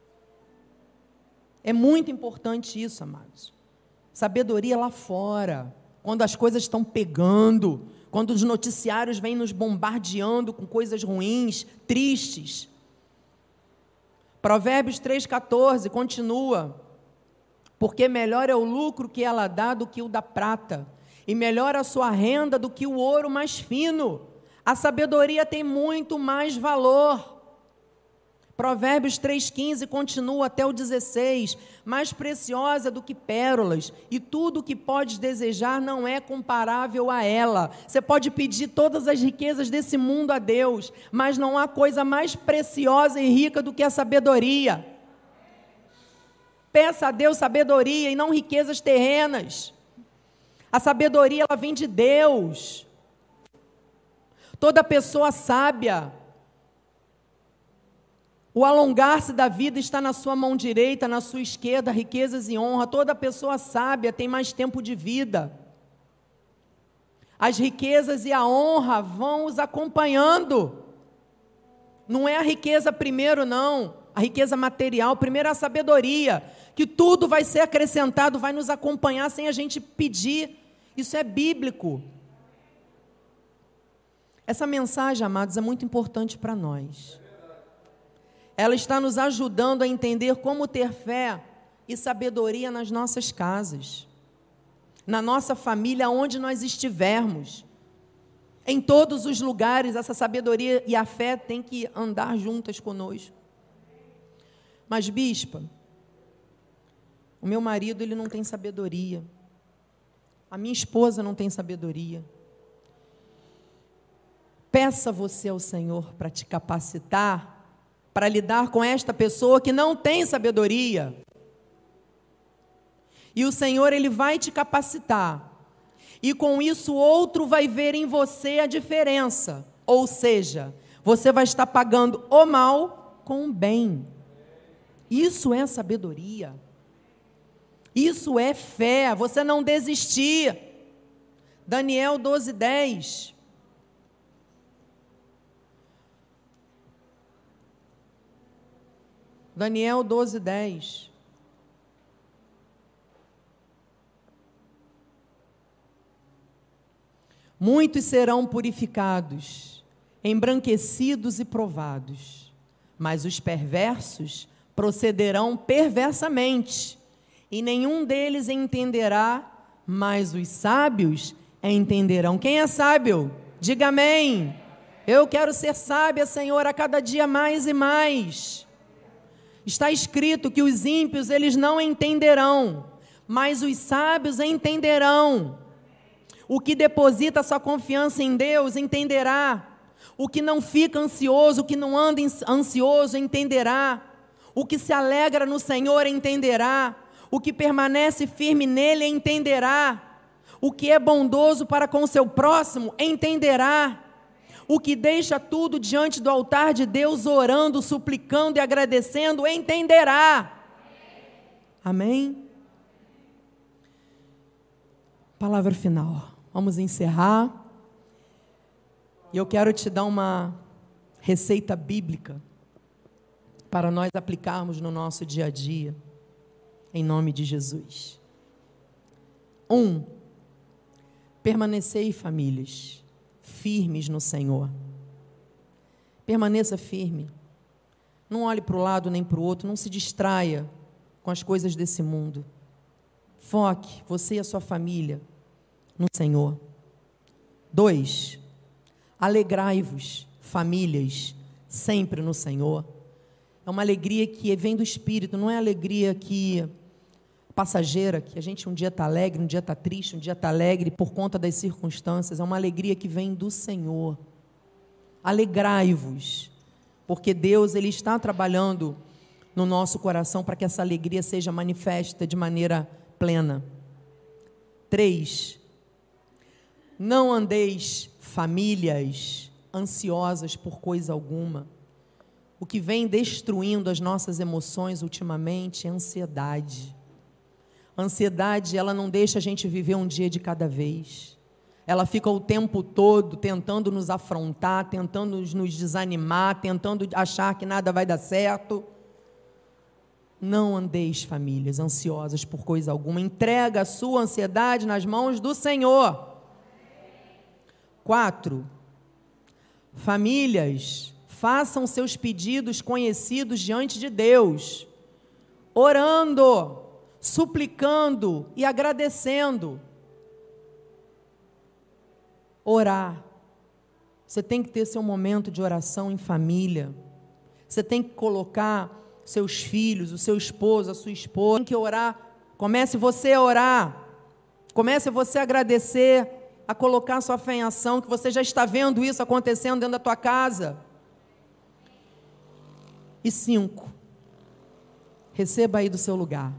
É muito importante isso, amados. Sabedoria lá fora, quando as coisas estão pegando, quando os noticiários vêm nos bombardeando com coisas ruins, tristes. Provérbios 3,14 continua: porque melhor é o lucro que ela dá do que o da prata, e melhor a sua renda do que o ouro mais fino. A sabedoria tem muito mais valor. Provérbios 3,15 continua até o 16, mais preciosa do que pérolas, e tudo o que podes desejar não é comparável a ela. Você pode pedir todas as riquezas desse mundo a Deus, mas não há coisa mais preciosa e rica do que a sabedoria. Peça a Deus sabedoria e não riquezas terrenas. A sabedoria, ela vem de Deus. Toda pessoa sábia, o alongar-se da vida está na sua mão direita, na sua esquerda, riquezas e honra. Toda pessoa sábia tem mais tempo de vida. As riquezas e a honra vão os acompanhando. Não é a riqueza primeiro, não. A riqueza material, primeiro é a sabedoria, que tudo vai ser acrescentado, vai nos acompanhar sem a gente pedir. Isso é bíblico. Essa mensagem, amados, é muito importante para nós. Ela está nos ajudando a entender como ter fé e sabedoria nas nossas casas, na nossa família, onde nós estivermos. Em todos os lugares, essa sabedoria e a fé têm que andar juntas conosco. Mas, bispa, o meu marido, ele não tem sabedoria. A minha esposa não tem sabedoria. Peça você ao Senhor para te capacitar para lidar com esta pessoa que não tem sabedoria. E o Senhor, Ele vai te capacitar. E com isso o outro vai ver em você a diferença. Ou seja, você vai estar pagando o mal com o bem. Isso é sabedoria. Isso é fé. Você não desistir. Daniel 12:10. Daniel 12:10. Muitos serão purificados, embranquecidos e provados, mas os perversos procederão perversamente, e nenhum deles entenderá, mas os sábios entenderão. Quem é sábio? Diga amém. Eu quero ser sábia, Senhor, a cada dia mais e mais. Está escrito que os ímpios, eles não entenderão, mas os sábios entenderão. O que deposita sua confiança em Deus, entenderá. O que não fica ansioso, o que não anda ansioso, entenderá. O que se alegra no Senhor, entenderá. O que permanece firme nele, entenderá. O que é bondoso para com o seu próximo, entenderá. O que deixa tudo diante do altar de Deus, orando, suplicando e agradecendo, entenderá. Amém? Palavra final. Vamos encerrar. E eu quero te dar uma receita bíblica para nós aplicarmos no nosso dia a dia, em nome de Jesus. Permanecei, famílias, firmes no Senhor. Permaneça firme. Não olhe para o lado nem para o outro, não se distraia com as coisas desse mundo. Foque, você e a sua família, no Senhor. 2, alegrai-vos, famílias, sempre no Senhor. É uma alegria que vem do Espírito, não é alegria que passageira, que a gente um dia está alegre, um dia está triste, um dia está alegre por conta das circunstâncias. É uma alegria que vem do Senhor. Alegrai-vos, porque Deus, Ele está trabalhando no nosso coração para que essa alegria seja manifesta de maneira plena. 3, não andeis, famílias, ansiosas por coisa alguma. O que vem destruindo as nossas emoções ultimamente é a ansiedade. A ansiedade, ela não deixa a gente viver um dia de cada vez. Ela fica o tempo todo tentando nos afrontar, tentando nos desanimar, tentando achar que nada vai dar certo. Não andeis, famílias, ansiosas por coisa alguma. Entrega a sua ansiedade nas mãos do Senhor. 4, famílias, façam seus pedidos conhecidos diante de Deus, orando, suplicando e agradecendo. Orar. Você tem que ter seu momento de oração em família. Você tem que colocar seus filhos, o seu esposo, a sua esposa. Tem que orar. Comece você a orar. Comece você a agradecer, a colocar sua fé em ação, que você já está vendo isso acontecendo dentro da tua casa. E 5, receba aí do seu lugar.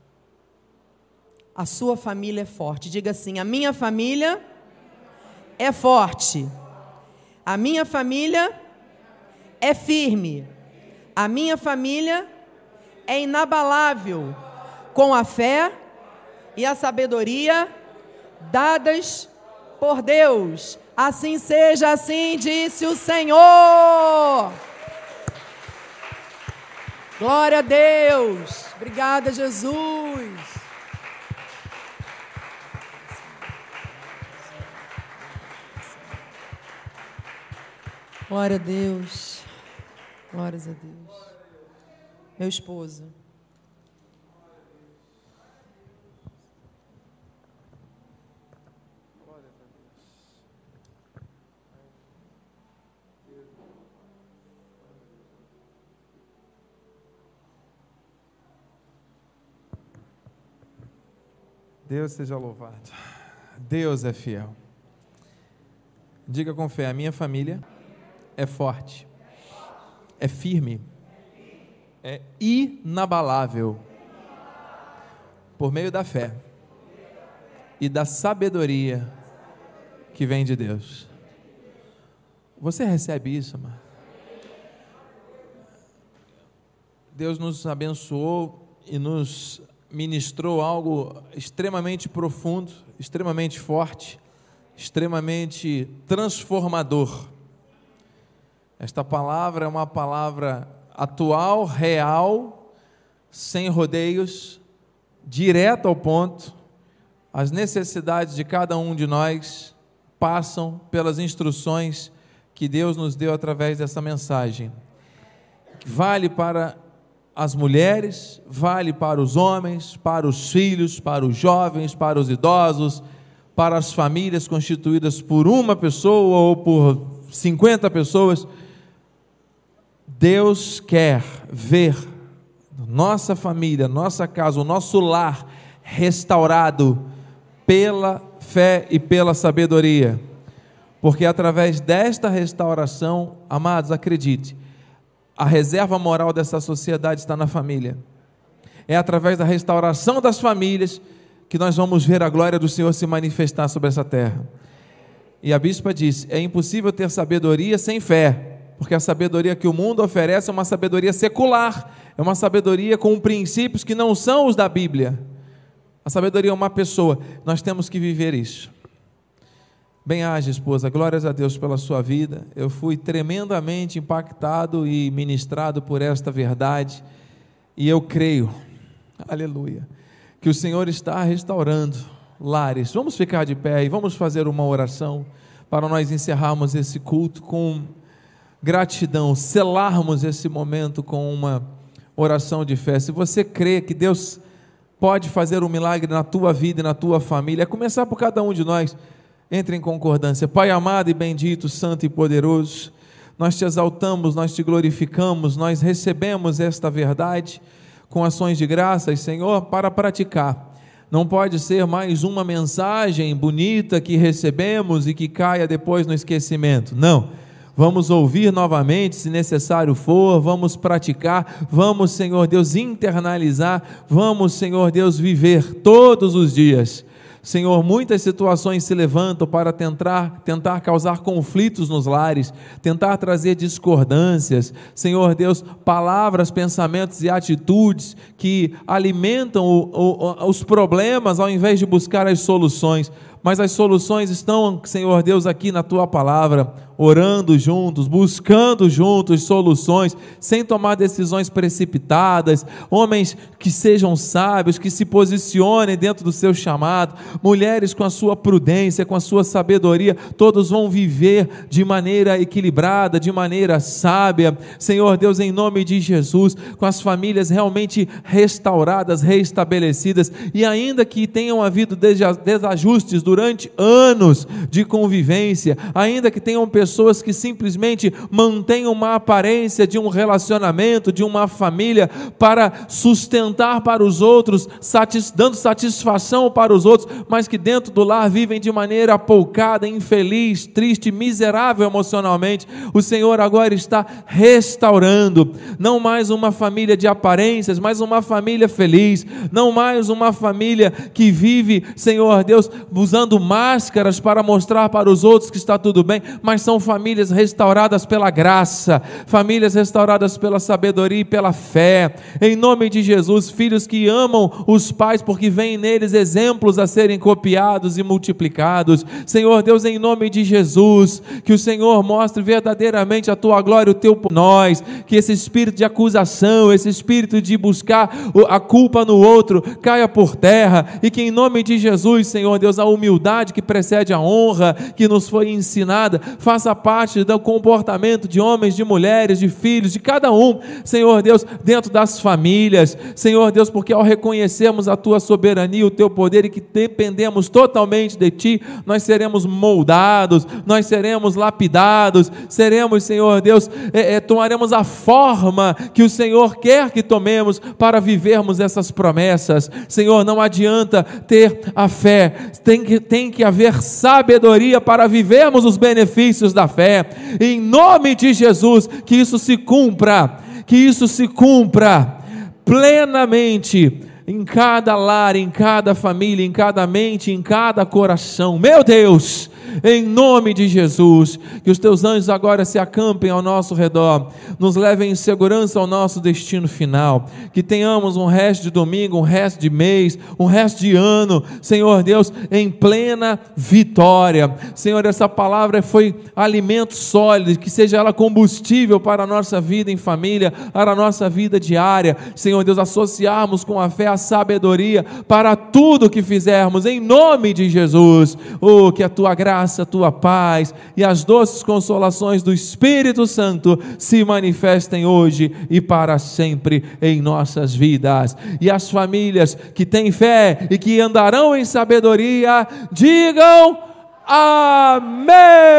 A sua família é forte. Diga assim: a minha família é forte. A minha família é firme. A minha família é inabalável, com a fé e a sabedoria dadas por Deus. Assim seja, assim disse o Senhor. Glória a Deus. Obrigada, Jesus. Glória a Deus. Glórias a Deus. Meu esposo. Deus seja louvado. Deus é fiel. Diga com fé: a minha família é forte, é firme, é inabalável, por meio da fé e da sabedoria que vem de Deus. Você recebe isso, amado? Deus nos abençoou e nos ministrou algo extremamente profundo, extremamente forte, extremamente transformador. Esta palavra é uma palavra atual, real, sem rodeios, direto ao ponto. As necessidades de cada um de nós passam pelas instruções que Deus nos deu através dessa mensagem. Vale para as mulheres, vale para os homens, para os filhos, para os jovens, para os idosos, para as famílias constituídas por uma pessoa ou por 50 pessoas. Deus quer ver nossa família, nossa casa, o nosso lar restaurado pela fé e pela sabedoria, porque através desta restauração, amados, acredite, a reserva moral dessa sociedade está na família. É através da restauração das famílias que nós vamos ver a glória do Senhor se manifestar sobre essa terra. E a bispa disse: é impossível ter sabedoria sem fé, porque a sabedoria que o mundo oferece é uma sabedoria secular, é uma sabedoria com princípios que não são os da Bíblia. A sabedoria é uma pessoa, nós temos que viver isso. Bem-aja, esposa, glórias a Deus pela sua vida. Eu fui tremendamente impactado e ministrado por esta verdade, e eu creio, aleluia, que o Senhor está restaurando lares. Vamos ficar de pé e vamos fazer uma oração para nós encerrarmos esse culto com gratidão, selarmos esse momento com uma oração de fé. Se você crê que Deus pode fazer um milagre na tua vida e na tua família, é começar por cada um de nós. Entre em concordância. Pai amado e bendito, santo e poderoso, nós te exaltamos, nós te glorificamos, nós recebemos esta verdade com ações de graças, Senhor, para praticar. Não pode ser mais uma mensagem bonita que recebemos e que caia depois no esquecimento. Não. Vamos ouvir novamente, se necessário for, vamos praticar, vamos, Senhor Deus, internalizar, vamos, Senhor Deus, viver todos os dias. Senhor, muitas situações se levantam para tentar causar conflitos nos lares, tentar trazer discordâncias. Senhor Deus, palavras, pensamentos e atitudes que alimentam os problemas ao invés de buscar as soluções. Mas as soluções estão, Senhor Deus, aqui na Tua palavra, orando juntos, buscando juntos soluções, sem tomar decisões precipitadas, homens que sejam sábios, que se posicionem dentro do seu chamado, mulheres com a sua prudência, com a sua sabedoria, todos vão viver de maneira equilibrada, de maneira sábia, Senhor Deus, em nome de Jesus, com as famílias realmente restauradas, restabelecidas, e ainda que tenham havido desajustes durante anos de convivência, ainda que tenham pessoas que simplesmente mantêm uma aparência de um relacionamento, de uma família, para sustentar para os outros, dando satisfação para os outros, mas que dentro do lar vivem de maneira apoucada, infeliz, triste, miserável emocionalmente. O Senhor agora está restaurando, não mais uma família de aparências, mas uma família feliz, não mais uma família que vive, Senhor Deus, usando máscaras para mostrar para os outros que está tudo bem, mas são famílias restauradas pela graça, famílias restauradas pela sabedoria e pela fé, em nome de Jesus, filhos que amam os pais porque veem neles exemplos a serem copiados e multiplicados. Senhor Deus, em nome de Jesus, que o Senhor mostre verdadeiramente a Tua glória, o Teu por nós, que esse espírito de acusação, esse espírito de buscar a culpa no outro, caia por terra, e que em nome de Jesus, Senhor Deus, a humildade que precede a honra, que nos foi ensinada, faça parte do comportamento de homens, de mulheres, de filhos, de cada um, Senhor Deus, dentro das famílias, Senhor Deus, porque ao reconhecermos a Tua soberania, o Teu poder, e que dependemos totalmente de Ti, nós seremos moldados, nós seremos lapidados, seremos, Senhor Deus, tomaremos a forma que o Senhor quer que tomemos para vivermos essas promessas. Senhor, não adianta ter a fé, tem que haver sabedoria para vivermos os benefícios da fé, em nome de Jesus, que isso se cumpra plenamente, em cada lar, em cada família, em cada mente, em cada coração. Meu Deus, em nome de Jesus, que os Teus anjos agora se acampem ao nosso redor, nos levem em segurança ao nosso destino final, que tenhamos um resto de domingo, um resto de mês, um resto de ano, Senhor Deus, em plena vitória. Senhor, essa palavra foi alimento sólido, que seja ela combustível para a nossa vida em família, para a nossa vida diária. Senhor Deus, associarmos com a fé a sabedoria para tudo que fizermos, em nome de Jesus. Que a Tua graça, a Tua paz e as doces consolações do Espírito Santo se manifestem hoje e para sempre em nossas vidas. E as famílias que têm fé e que andarão em sabedoria, digam amém,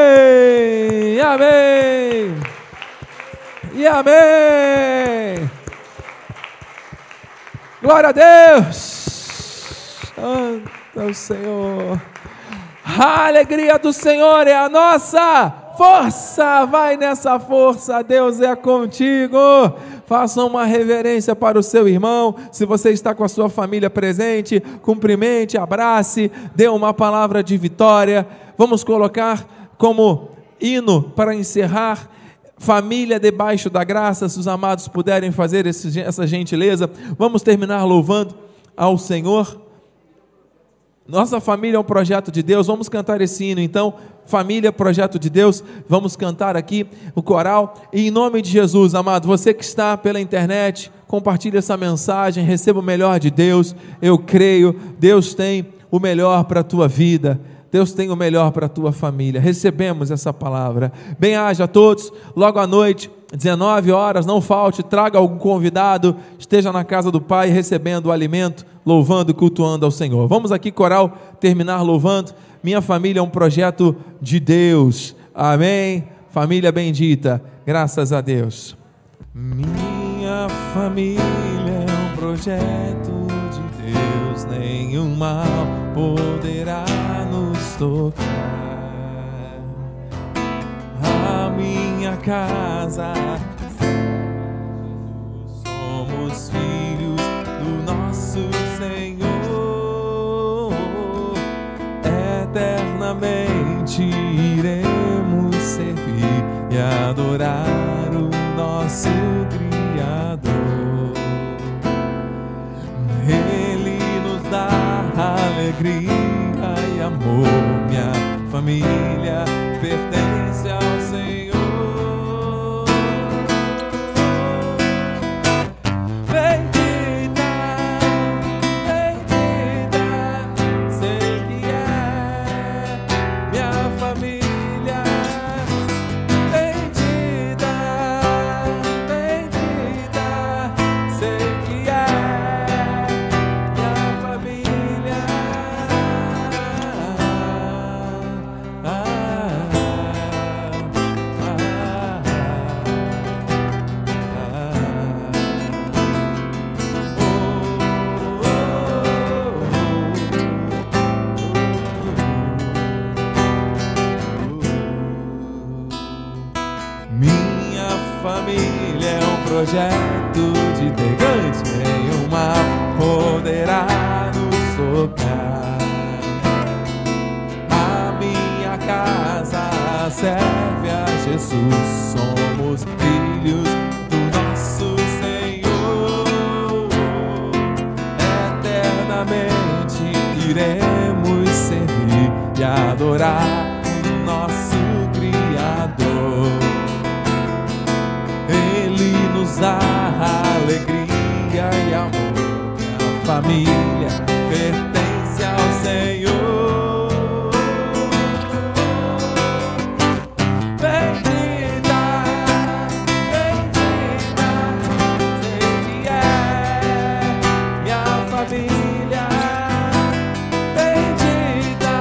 amém e amém. Glória a Deus, santo é o Senhor. A alegria do Senhor é a nossa força. Vai nessa força, Deus é contigo. Faça uma reverência para o seu irmão. Se você está com a sua família presente, cumprimente, abrace, dê uma palavra de vitória. Vamos colocar como hino para encerrar: família debaixo da graça. Se os amados puderem fazer essa gentileza, vamos terminar louvando ao Senhor. Nossa família é um projeto de Deus. Vamos cantar esse hino então, família, projeto de Deus. Vamos cantar aqui o coral, e em nome de Jesus, amado, você que está pela internet, compartilhe essa mensagem, receba o melhor de Deus. Eu creio, Deus tem o melhor para a tua vida. Deus tem o melhor para a tua família. Recebemos essa palavra. Bem-aja a todos. Logo à noite, 19 horas, não falte, traga algum convidado, esteja na casa do Pai recebendo o alimento, louvando e cultuando ao Senhor. Vamos aqui, coral, terminar louvando. Minha família é um projeto de Deus. Amém? Família bendita. Graças a Deus. Minha família é um projeto de Deus. Nenhum mal poderá nos tocar. A minha casa, somos filhos do nosso Senhor. Eternamente iremos servir e adorar o nosso Criador. Ele nos dá alegria e amor. Minha família pertence ao Senhor. Bendita, bendita, sei que é minha família. Bendita, bendita, sei que é minha família. Minha família é um projeto de Deus, nenhum mal poderá nos tocar. A minha casa serve a Jesus, somos filhos do nosso Senhor. Eternamente iremos servir e adorar o nosso Criador. Ele nos dá alegria e amor. Minha família pertence ao Senhor. Bendita, bendita, sei que é minha família. Bendita,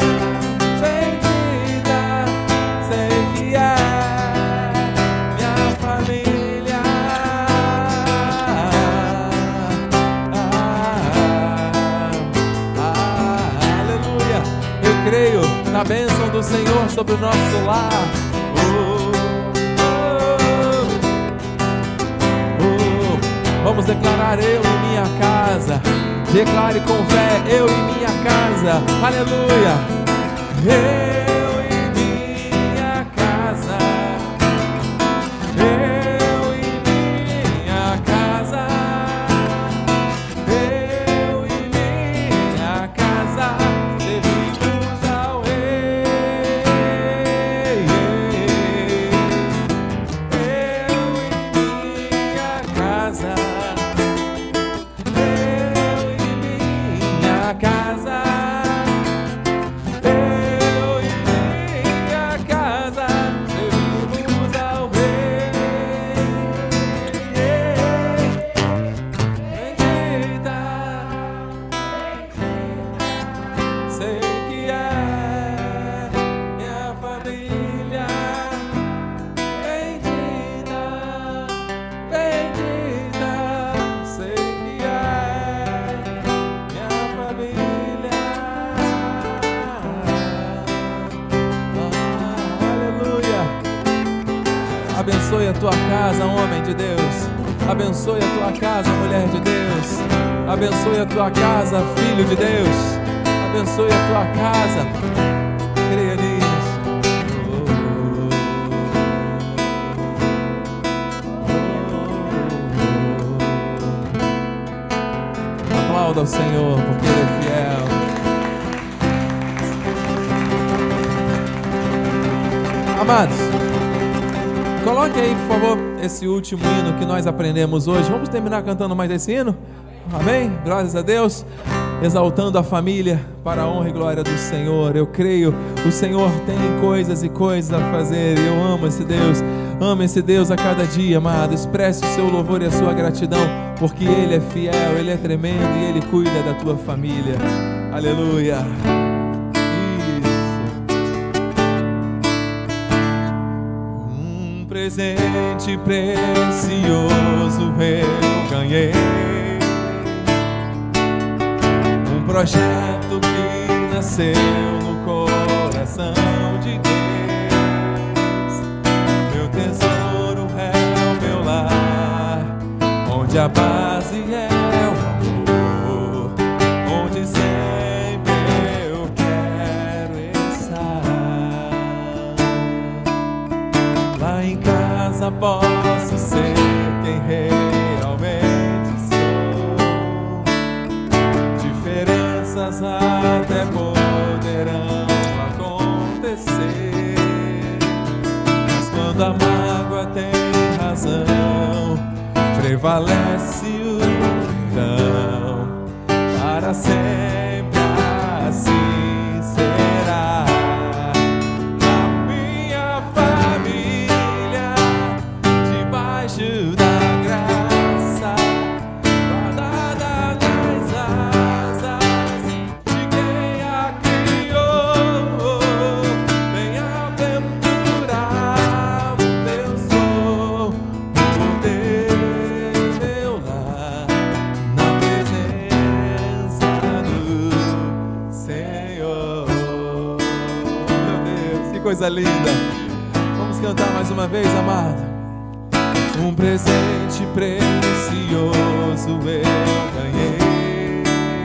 bendita, sei que é minha família. Aleluia. Eu creio na bênção do Senhor sobre o nosso lar. Vamos declarar: eu e minha casa. Declare com fé: eu e minha casa. Aleluia. Eu e minha casa. Eu e minha casa. Eu e minha casa servimos ao Rei. Eu e minha casa. Eu e minha casa. Eu e minha casa servimos ao Rei. Bendita, sei que é minha família. Bendita, bendita, sei que é minha família. Aleluia. Abençoe a tua casa, homem de Deus. Abençoe a tua casa, mulher de Deus. Abençoe a tua casa, filho de Deus. Abençoe a tua casa. Creia nisso. Aplauda ao Senhor, porque Ele é fiel. Amados, coloque aí, por favor, esse último hino que nós aprendemos hoje. Vamos terminar cantando mais esse hino? Amém? Graças a Deus. exaltando a família para a honra e glória do Senhor. Eu creio, o Senhor tem coisas e coisas a fazer. Eu amo esse Deus, amo esse Deus a cada dia, amado. Expresse o seu louvor e a sua gratidão, porque Ele é fiel, Ele é tremendo e Ele cuida da tua família. Aleluia. Um presente precioso eu ganhei, um projeto que nasceu no coração de Deus. Meu tesouro é o meu lar, onde a base é o amor, onde sempre eu quero estar. Lá em casa posso ser quem realmente sou. Diferenças até poderão acontecer, mas quando a mágoa tem razão, prevalece o perdão. Para sempre assim será. A minha família, debaixo da graça, guardada nas asas de quem a criou. Bem-aventurado eu sou por ter meu lar na presença do Senhor. Meu Deus, que coisa linda! Vamos cantar mais uma vez, amado. Um presente precioso eu ganhei,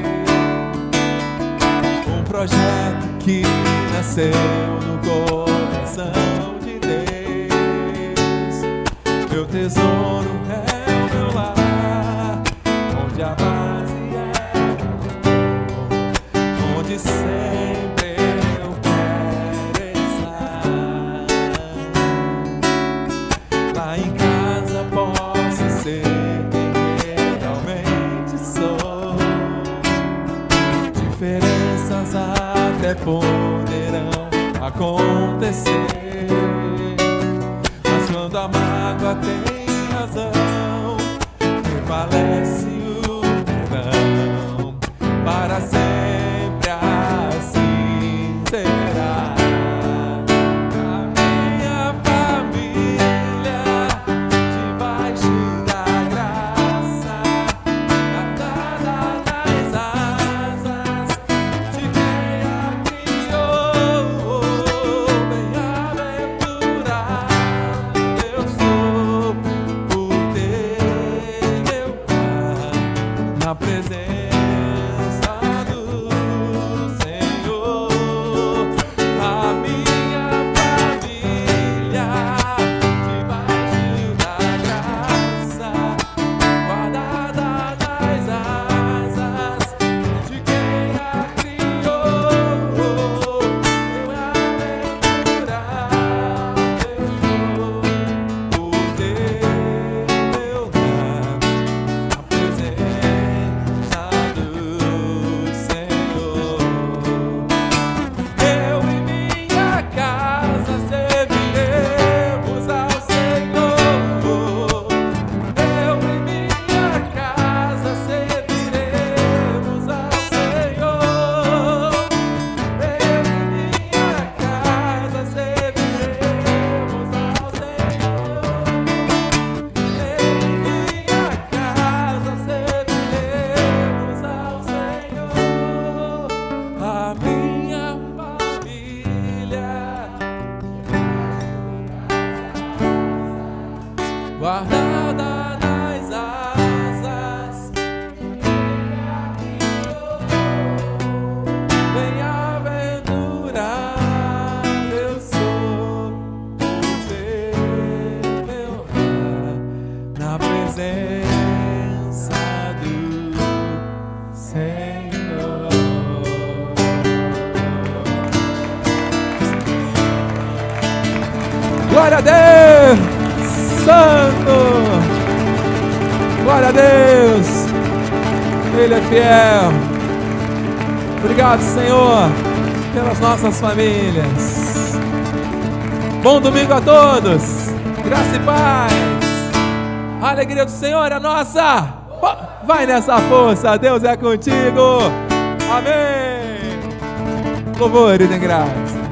um projeto que nasceu no coração de Deus. Meu tesouro é o meu lar, onde a base é, onde sempre eu quero estar. Lá em casa posso ser quem realmente sou. Diferenças até poderão acontecer, mas quando a mágoa tem razão, prevalece o perdão. Para sempre assim será. A minha família, debaixo da graça, guardada nas asas de quem a criou. Bem-aventurado eu sou por ter meu lar na presença do Senhor. A minha família, debaixo da graça, guardada nas asas de quem a criou. Bem-aventurado eu sou por ter meu lar na presença do Senhor. Eu e minha casa serviremos ao Senhor. Eu e minha casa serviremos ao Senhor. Eu e minha casa serviremos ao Senhor. Eu e minha casa serviremos ao Senhor. A minha família, guardada nas asas, bem-aventurado eu sou por ter meu lar na presença do Senhor. Glória a Deus, Santo! Glória a Deus! Ele é fiel, Obrigado, Senhor, pelas nossas famílias. Bom domingo a todos. Graça e paz. A alegria do Senhor é nossa. Vai nessa força. Deus é contigo. Amém. Louvores em graça.